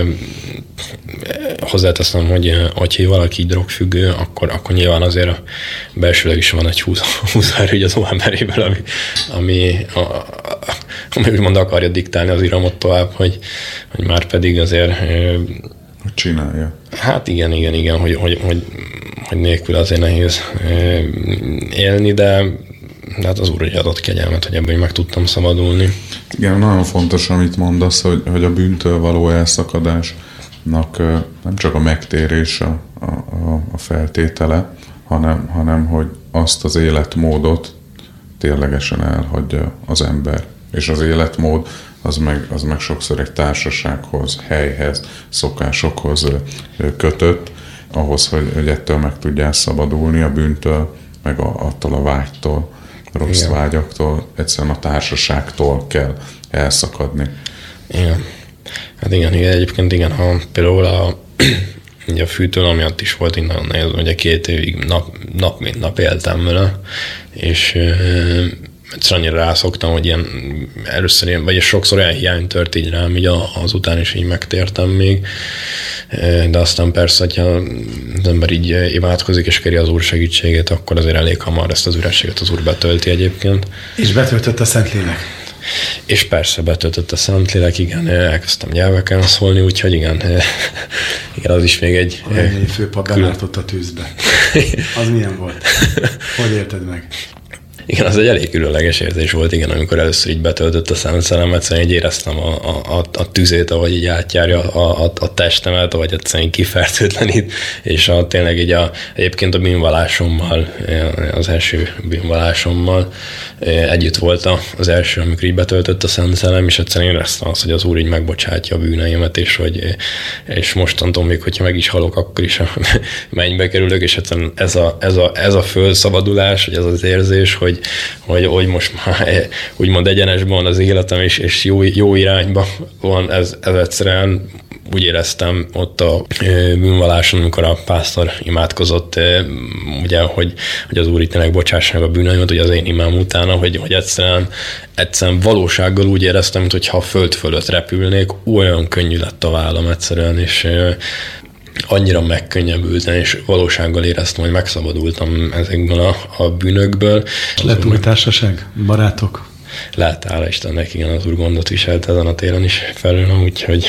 hozzáteszem, hogy hogyha valaki így drogfüggő, akkor, akkor nyilván azért a belsőleg is van egy húzó, húzóerő az emberéből, ami, ami, a, ami úgymond akarja diktálni az iramot tovább, hogy, hogy már pedig azért eh, hogy csinálja. Hát igen, igen, igen, hogy, hogy, hogy, hogy nélkül azért nehéz élni, de, de hát az Úr ugye adott kegyelmet, hogy ebből meg tudtam szabadulni. Igen, nagyon fontos, amit mondasz, hogy, hogy a bűntől való elszakadásnak nem csak a megtérés a, a, a feltétele, hanem, hanem hogy azt az életmódot ténylegesen elhagyja az ember. És az életmód az meg, az meg sokszor egy társasághoz, helyhez, szokásokhoz kötött, ahhoz, hogy, hogy ettől meg tudjál szabadulni, a bűntől, meg a, attól a vágytól, a rossz igen. vágyaktól, egyszerűen a társaságtól kell elszakadni. Igen. Hát igen, igen, egyébként igen, ha például a, ugye a fűtől amiatt is volt így nagyon nehéz, ugye két évig nap, nap mint nap éltem vele, és egyszer annyira rászoktam, hogy ilyen először ilyen, vagy sokszor olyan hiány tört így rám, így azután is így megtértem még. De aztán persze, hogyha az ember így imádkozik és kéri az Úr segítségét, akkor azért elég hamar ezt az ürességet az Úr betölti egyébként. És betöltött a Szentlélek. És persze betöltött a Szentlélek, igen, elkezdtem nyelveken szólni, úgyhogy igen, igen, az is még egy... A mennyei főpap belártott a tűzbe. Az milyen volt? Hogy érted meg? Igen, az egy elég különleges érzés volt, igen, amikor először így betöltött a Szent Szellem, egyszerűen így éreztem a, a, a tüzét, ahogy így átjárja a, a, a testemet, ahogy egyszerűen kifertőtlenít, és a, tényleg így a, egyébként a bűnvallásommal, az első bűnvallásommal együtt volt az első, amikor így betöltött a Szent Szellem, és egyszerűen éreztem azt, hogy az Úr így megbocsátja a bűneimet, és, hogy, és mostantól még, hogyha meg is halok, akkor is a mennybe kerülök, és egyszerűen ez a, ez a, ez a fölszabadulás, hogy ez az érzés, hogy Hogy, hogy most már úgymond egyenesben van az életem, és, és jó, jó irányba van, ez, ez egyszerűen úgy éreztem ott a bűnvalláson, amikor a pásztor imádkozott, ugye, hogy, hogy az Úr itt tényleg bocsássa meg a bűneimet, ugye az én imám utána, hogy, hogy egyszerűen, egyszerűen valósággal úgy éreztem, mintha a föld fölött repülnék, olyan könnyű lett a vállam egyszerűen, és annyira megkönnyebbültem, és valósággal éreztem, hogy megszabadultam ezekből a, a bűnökből. Lett új társaság? Barátok? Lehet, hála Istennek, igen, az Úr gondot viselt ezen a téren is felül, úgyhogy...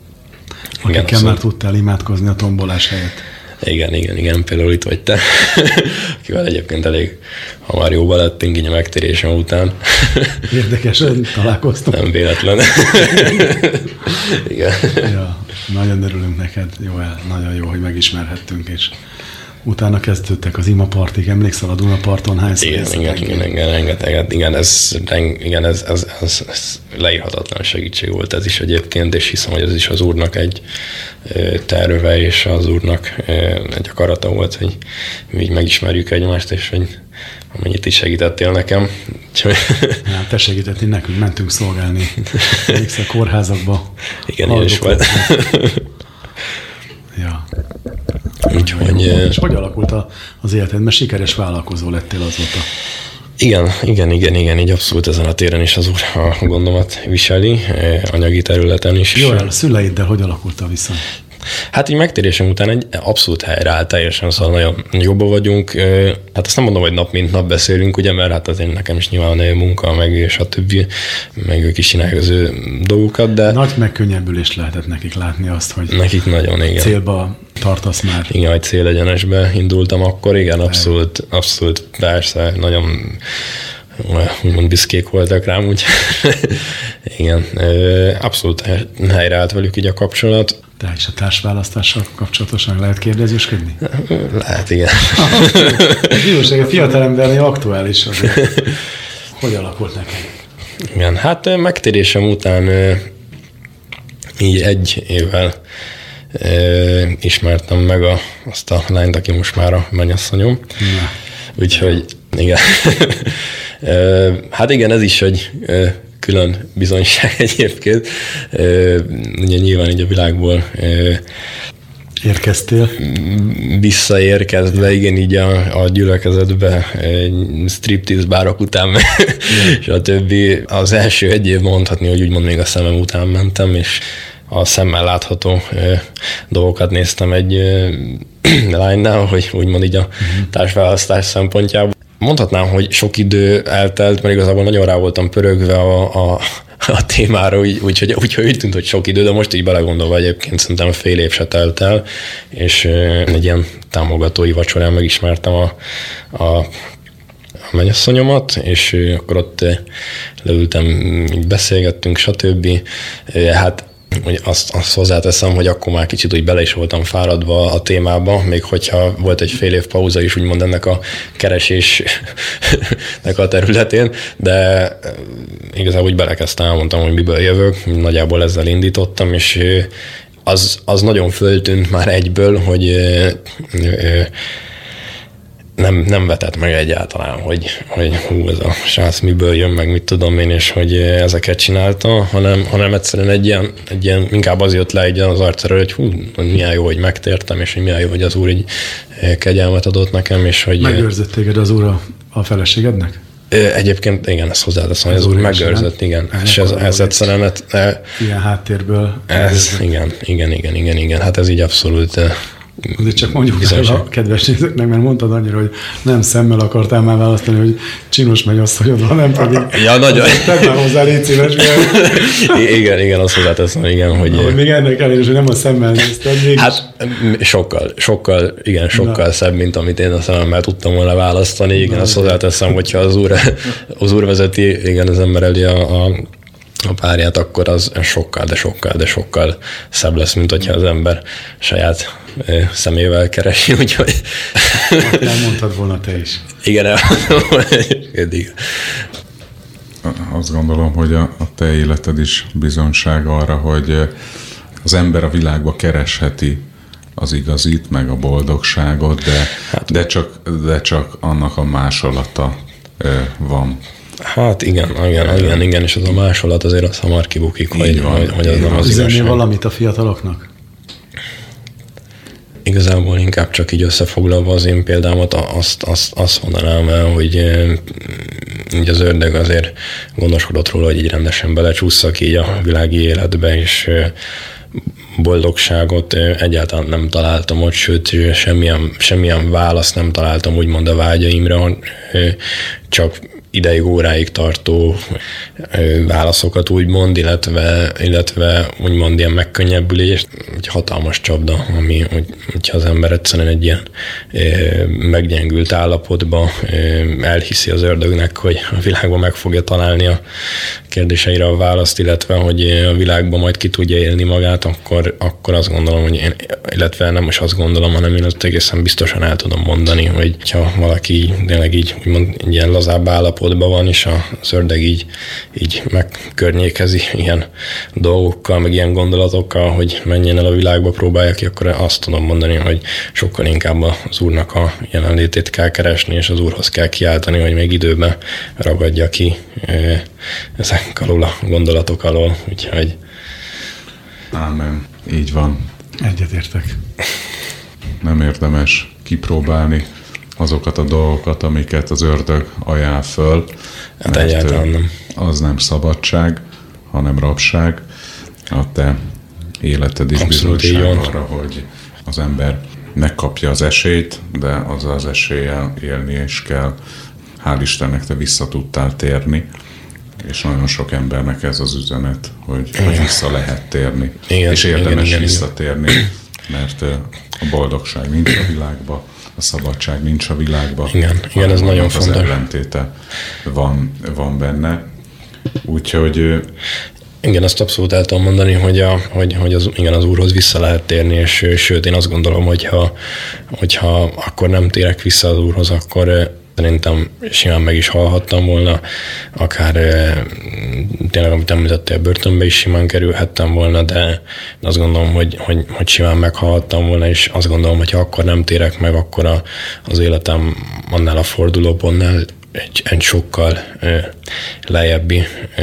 Akikkel már tudtál imádkozni a tombolás helyett. Igen, igen, igen, például itt vagy te, akivel egyébként elég hamar jóba lettünk így a megtérésem után. Érdekesen találkoztunk. Nem véletlen. Igen. Ja, nagyon örülünk neked, Joel, nagyon jó, hogy megismerhettünk, és utána kezdődtek az imapartik. Emlékszel a Dunaparton hányszor? Igen, igen, igen, igen, rengeteget. Igen, ez, igen ez, ez, ez, ez leírhatatlan segítség volt ez is egyébként, és hiszem, hogy ez is az Úrnak egy terve, és az Úrnak egy akarata volt, hogy mi így megismerjük egymást, és hogy amennyit is segítettél nekem. Ja, te segítettél nekünk, mentünk szolgálni. Emlékszel kórházakba. Igen, ilyen is volt. Ja. És hogy alakult az életed? Mert sikeres vállalkozó lettél azóta. Igen, igen, igen, igen, így abszolút ezen a téren is az úr a gondomat viseli, anyagi területen is. Jó, a szüleiddel hogy alakult a viszony? Hát így megtérésem után egy abszolút helyreállt teljesen, szóval nagyon jobban vagyunk. Hát azt nem mondom, hogy nap mint nap beszélünk, ugye, mert hát azért nekem is nyilván nagyon munka, meg stb. Meg ők is csinálják az ő dolgokat, de... Nagy megkönnyebbülést lehetett nekik látni azt, hogy nekik nagyon, igen. Célba tartasz már. Igen, hogy célegyenesbe indultam akkor, igen, abszolút, abszolút, persze, nagyon úgymond büszkék voltak rám, úgy. Igen, abszolút helyreállt velük így a kapcsolat. De is a társválasztással kapcsolatosan lehet kérdezősködni? Lehet, igen. Ez igazság, a fiatalembernél aktuális azért. Hogy alakult neked? Igen, hát megtérésem után így egy évvel ismertem meg a, azt a lányt, aki most már a mennyasszonyom. Ja. Úgyhogy igen. Hát igen, ez is egy külön bizonyság egyébként. Ugye nyilván így a világból érkeztél? Visszaérkezve, igen, így a, a gyülekezetbe striptease bárok után, és a többi. Az első egy év mondhatni, hogy úgymond még a szemem után mentem, és a szemmel látható dolgokat néztem egy lánynál, hogy úgymond így a társválasztás szempontjából. Mondhatnám, hogy sok idő eltelt, mert igazából nagyon rá voltam pörögve a, a, a témára, úgyhogy úgy, úgy tűnt, hogy sok idő, de most így belegondolva egyébként szerintem fél év se telt el, és egy ilyen támogatói vacsorán megismertem a, a, a mennyasszonyomat, és akkor ott leültem, így beszélgettünk, stb. Hát hogy azt, azt hozzáteszem, hogy akkor már kicsit úgy bele is voltam fáradva a témába, még hogyha volt egy fél év pauza is úgymond ennek a keresésnek a területén, de igazából úgy belekezdtem, elmondtam, hogy miből jövök, nagyjából ezzel indítottam, és az, az nagyon föltűnt már egyből, hogy nem, nem vetett meg egyáltalán, hogy, hogy hú, ez a srác miből jön, meg mit tudom én, és hogy ezeket csinálta, hanem, hanem egyszerűen egy ilyen, egy ilyen, inkább az jött le egy az arcára, hogy hú, milyen jó, hogy megtértem, és hogy milyen jó, hogy az úr egy kegyelmet adott nekem, és hogy... Megőrzött téged az úr a, a feleségednek? Egyébként igen, ezt hozzáteszem, hogy az úr megőrzött, igen. És ez, ez egyszerűen... Ilyen háttérből... Ez, igen, igen, igen, igen, igen, hát ez így abszolút... Azért csak mondjuk el a kedves nézőknek, mert mondtad annyira, hogy nem szemmel akartál már választani, hogy csinos mennyasszonyod, hanem pedig ja, nagyon. Tedd már hozzá, légy szíves. Igen, igen, azt hozzáteszem, igen, hogy... Hogy még ennek elég, hogy nem a szemmel nézted. Mégis... Hát sokkal, sokkal, igen, sokkal Na. szebb, mint amit én a szemmel tudtam volna választani. Igen, Na, azt hozzáteszem, hogyha az úr, az úr vezeti, igen, az ember elé a, a a párját, akkor az sokkal, de sokkal, de sokkal szebb lesz, mint hogyha az ember saját szemével keresi, úgyhogy... Elmondtad volna te is. Igen, elmondtam eddig. Azt gondolom, hogy a, a te életed is bizonyság arra, hogy az ember a világba keresheti az igazit, meg a boldogságot, de, hát, de, csak, de csak annak a másolata van. Hát igen, igen, igen, igen, és az a másolat azért az hamar kibukik, hogy, van, hogy, hogy az nem az igazság. Valamit a fiataloknak? Igazából inkább csak így összefoglalva az én példámat, azt, azt, azt mondanám el, hogy így az ördög azért gondoskodott róla, hogy így rendesen belecsúszszak így a világi életbe, és boldogságot egyáltalán nem találtam ott, sőt, semmilyen, semmilyen választ nem találtam úgymond a vágyaimra, csak ideig, óráig tartó válaszokat úgymond, illetve, illetve úgymond ilyen megkönnyebbülést, egy hatalmas csapda, ami, hogyha az ember egyszerűen egy ilyen meggyengült állapotba elhiszi az ördögnek, hogy a világban meg fogja találni a kérdéseire a választ, illetve hogy a világban majd ki tudja élni magát, akkor, akkor azt gondolom, hogy én, illetve nem most azt gondolom, hanem én azt egészen biztosan el tudom mondani, hogy ha valaki tényleg így úgymond egy ilyen lazább állapotban van, és az ördög így, így megkörnyékezi ilyen dolgokkal, meg ilyen gondolatokkal, hogy menjen el a világba, próbálja ki, akkor azt tudom mondani, hogy sokkal inkább az úrnak a jelenlétét kell keresni, és az úrhoz kell kiáltani, hogy még időben ragadja ki ezek alól a gondolatok alól, úgyhogy... Ámen. Így van. Egyetértek. Nem érdemes kipróbálni azokat a dolgokat, amiket az ördög ajánl föl. Hát egyáltalán nem. Az nem szabadság, hanem rabság. A te életed is bizonyság arra, hogy az ember megkapja az esélyt, de az az eséllyel élni is kell. Hál' Istennek te vissza tudtál térni, és nagyon sok embernek ez az üzenet, hogy, hogy vissza lehet térni. Igen, és érdemes igen, visszatérni, igen. Mert a boldogság nincs a világban, a szabadság nincs a világban. Igen, igen, ez nagyon az fontos. Az ellentéte van, van benne. Úgyhogy... Igen, azt abszolút el tudom mondani, hogy, a, hogy, hogy az, igen, az Úrhoz vissza lehet térni, és sőt, én azt gondolom, hogyha, hogyha akkor nem térek vissza az Úrhoz, akkor szerintem simán meg is halhattam volna, akár tényleg, amit említettél, börtönbe is simán kerülhettem volna, de azt gondolom, hogy, hogy, hogy simán meghalhattam volna, és azt gondolom, hogy ha akkor nem térek meg, akkor a, az életem annál a fordulópontnál egy, egy sokkal lejjebbi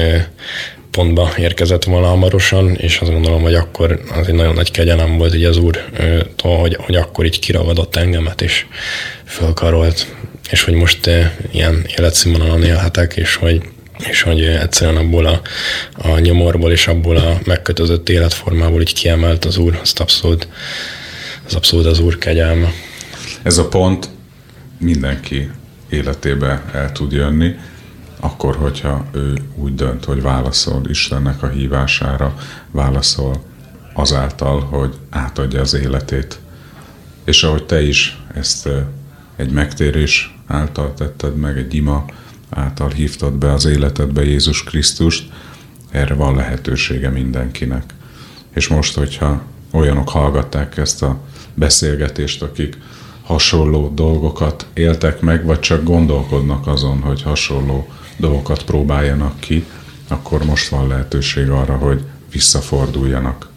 pontba érkezett volna hamarosan, és azt gondolom, hogy akkor az egy nagyon nagy kegyelem volt így az Úrtól, hogy, hogy akkor így kiragadott engemet, és fölkarolt, és hogy most ilyen életszínvonalon élhetek, és hogy, és hogy egyszerűen abból a, a nyomorból és abból a megkötözött életformából így kiemelt az Úr, azt abszolút, az abszolút az Úr kegyelme. Ez a pont mindenki életébe el tud jönni, akkor, hogyha ő úgy dönt, hogy válaszol Istennek a hívására, válaszol azáltal, hogy átadja az életét. És ahogy te is ezt egy megtérés által tetted meg, egy ima által hívtad be az életedbe Jézus Krisztust, erre van lehetősége mindenkinek. És most, hogyha olyanok hallgatták ezt a beszélgetést, akik hasonló dolgokat éltek meg, vagy csak gondolkodnak azon, hogy hasonló dolgokat próbáljanak ki, akkor most van lehetőség arra, hogy visszaforduljanak.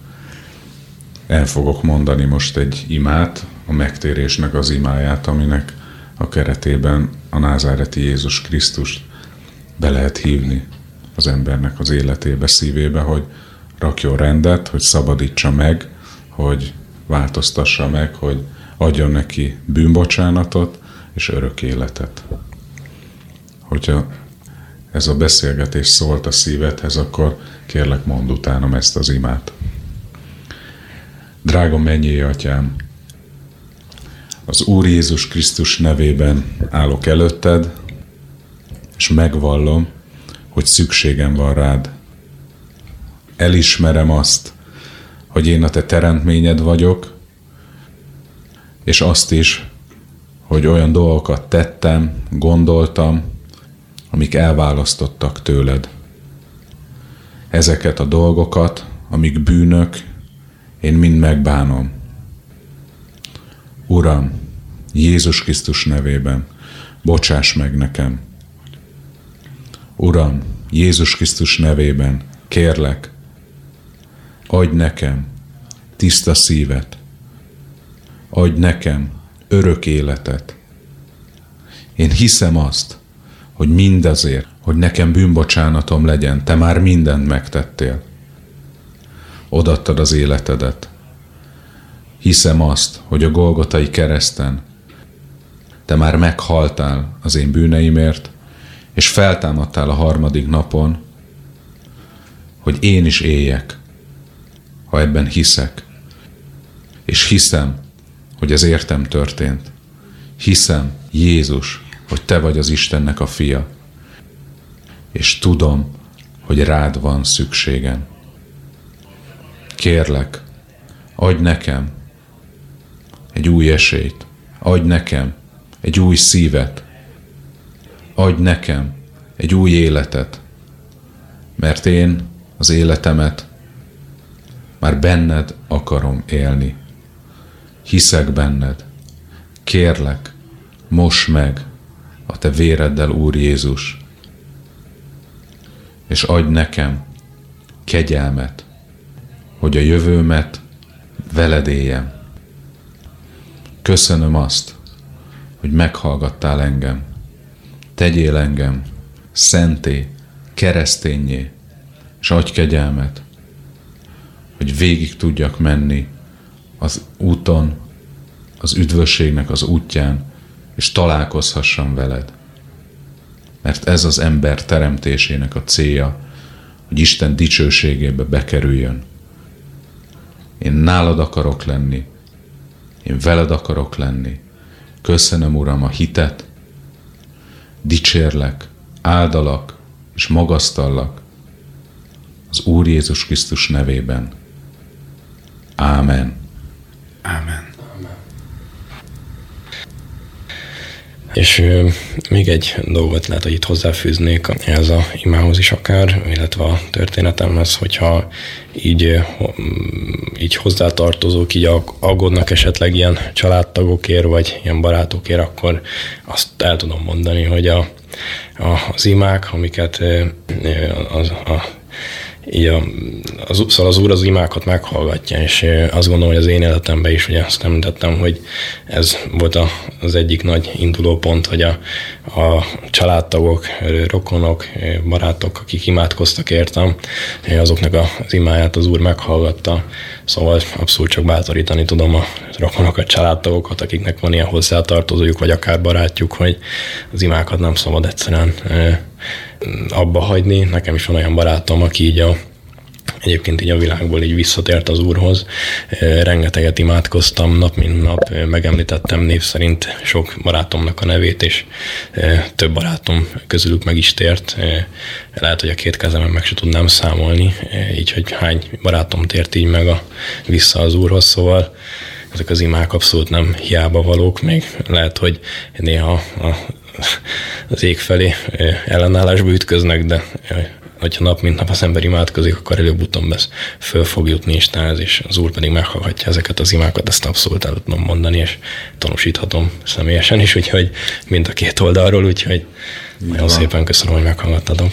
El fogok mondani most egy imát, a megtérésnek az imáját, aminek a keretében a názáreti Jézus Krisztust be lehet hívni az embernek az életébe, szívébe, hogy rakjon rendet, hogy szabadítsa meg, hogy változtassa meg, hogy adjon neki bűnbocsánatot és örök életet. Hogyha ez a beszélgetés szólt a szívedhez, akkor kérlek, mondd utánam ezt az imát. Drága mennyei Atyám, az Úr Jézus Krisztus nevében állok előtted, és megvallom, hogy szükségem van rád. Elismerem azt, hogy én a te teremtményed vagyok, és azt is, hogy olyan dolgokat tettem, gondoltam, amik elválasztottak tőled. Ezeket a dolgokat, amik bűnök, én mind megbánom. Uram, Jézus Krisztus nevében, bocsáss meg nekem. Uram, Jézus Krisztus nevében, kérlek, adj nekem tiszta szívet, adj nekem örök életet. Én hiszem azt, hogy mindazért, hogy nekem bűnbocsánatom legyen, te már mindent megtettél. Odaadtad az életedet. Hiszem azt, hogy a Golgotai kereszten te már meghaltál az én bűneimért, és feltámadtál a harmadik napon, hogy én is éljek, ha ebben hiszek. És hiszem, hogy ez értem történt. Hiszem, Jézus, hogy te vagy az Istennek a fia. És tudom, hogy rád van szükségem. Kérlek, adj nekem egy új esélyt. Adj nekem egy új szívet. Adj nekem egy új életet. Mert én az életemet már benned akarom élni. Hiszek benned. Kérlek, moss meg a te véreddel, Úr Jézus, és adj nekem kegyelmet, hogy a jövőmet veled éljem. Köszönöm azt, hogy meghallgattál engem. Tegyél engem szenté, kereszténnyé, és adj kegyelmet, hogy végig tudjak menni az úton, az üdvösségnek az útján, és találkozhassam veled. Mert ez az ember teremtésének a célja, hogy Isten dicsőségébe bekerüljön. Én nálad akarok lenni, én veled akarok lenni. Köszönöm, Uram, a hitet, dicsérlek, áldalak és magasztallak az Úr Jézus Krisztus nevében. Ámen. Ámen. És ö, még egy dolgot lehet, hogy itt hozzáfűznék ehhez a imához is akár, illetve a történetemhez, hogyha így, így hozzátartozók, így aggódnak esetleg ilyen családtagokért, vagy ilyen barátokért, akkor azt el tudom mondani, hogy a, a, az imák, amiket az, a, így a, az, szóval az Úr az imákat meghallgatja, és azt gondolom, hogy az én életemben is, ugye azt említettem, hogy ez volt a, az egyik nagy induló pont, hogy a, a családtagok, rokonok, barátok, akik imádkoztak értem, azoknak az imáját az Úr meghallgatta, szóval abszolút csak bátorítani tudom a rokonokat, családtagokat, akiknek van ilyen hozzátartozójuk, vagy akár barátjuk, hogy az imákat nem szabad egyszerűen abba hagyni. Nekem is van olyan barátom, aki így a, egyébként így a világból így visszatért az Úrhoz. Rengeteget imádkoztam, nap mint nap, megemlítettem név szerint sok barátomnak a nevét, és több barátom közülük meg is tért. Lehet, hogy a két kezemen meg se tudnám számolni, így, hogy hány barátom tért így meg a, vissza az Úrhoz, szóval ezek az imák abszolút nem hiába valók, még lehet, hogy néha a az ég felé ellenállásba ütköznek, de hogyha nap mint nap az ember imádkozik, akkor előbb-utóbb ez föl fog jutni Istenhez, és az Úr pedig meghallgatja ezeket az imákat, ezt abszolút el tudom mondani, és tanúsíthatom személyesen is, úgyhogy mind a két oldalról, úgyhogy nagyon szépen köszönöm, hogy meghallgattatok.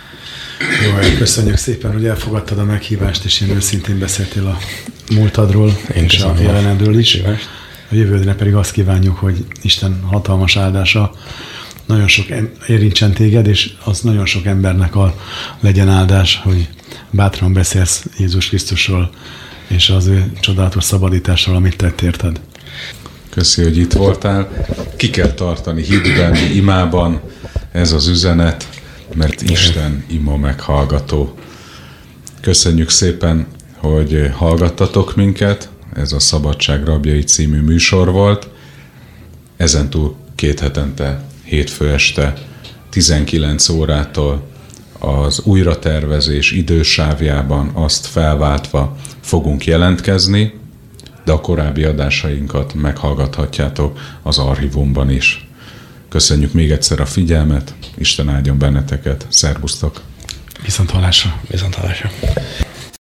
Jó, köszönjük szépen, hogy elfogadtad a meghívást, és én őszintén beszéltél a múltadról, én és a jelenedről is. A jövődre pedig azt kívánjuk, hogy Isten hatalmas áldása nagyon sok érintsen téged, és az nagyon sok embernek a legyen áldás, hogy bátran beszélsz Jézus Krisztusról, és az ő csodálatos szabadításról, amit tett érted. Köszi, hogy itt voltál. Ki kell tartani hitben, imában, ez az üzenet, mert Isten ima meghallgató. Köszönjük szépen, hogy hallgattatok minket. Ez a Szabadság rabjai című műsor volt. Ezentúl két hetente, hétfő este tizenkilenc órától az újratervezés idősávjában azt felváltva fogunk jelentkezni, de a korábbi adásainkat meghallgathatjátok az archívumban is. Köszönjük még egyszer a figyelmet, Isten áldjon benneteket, szervusztok! Viszonthallásra! Viszonthallásra!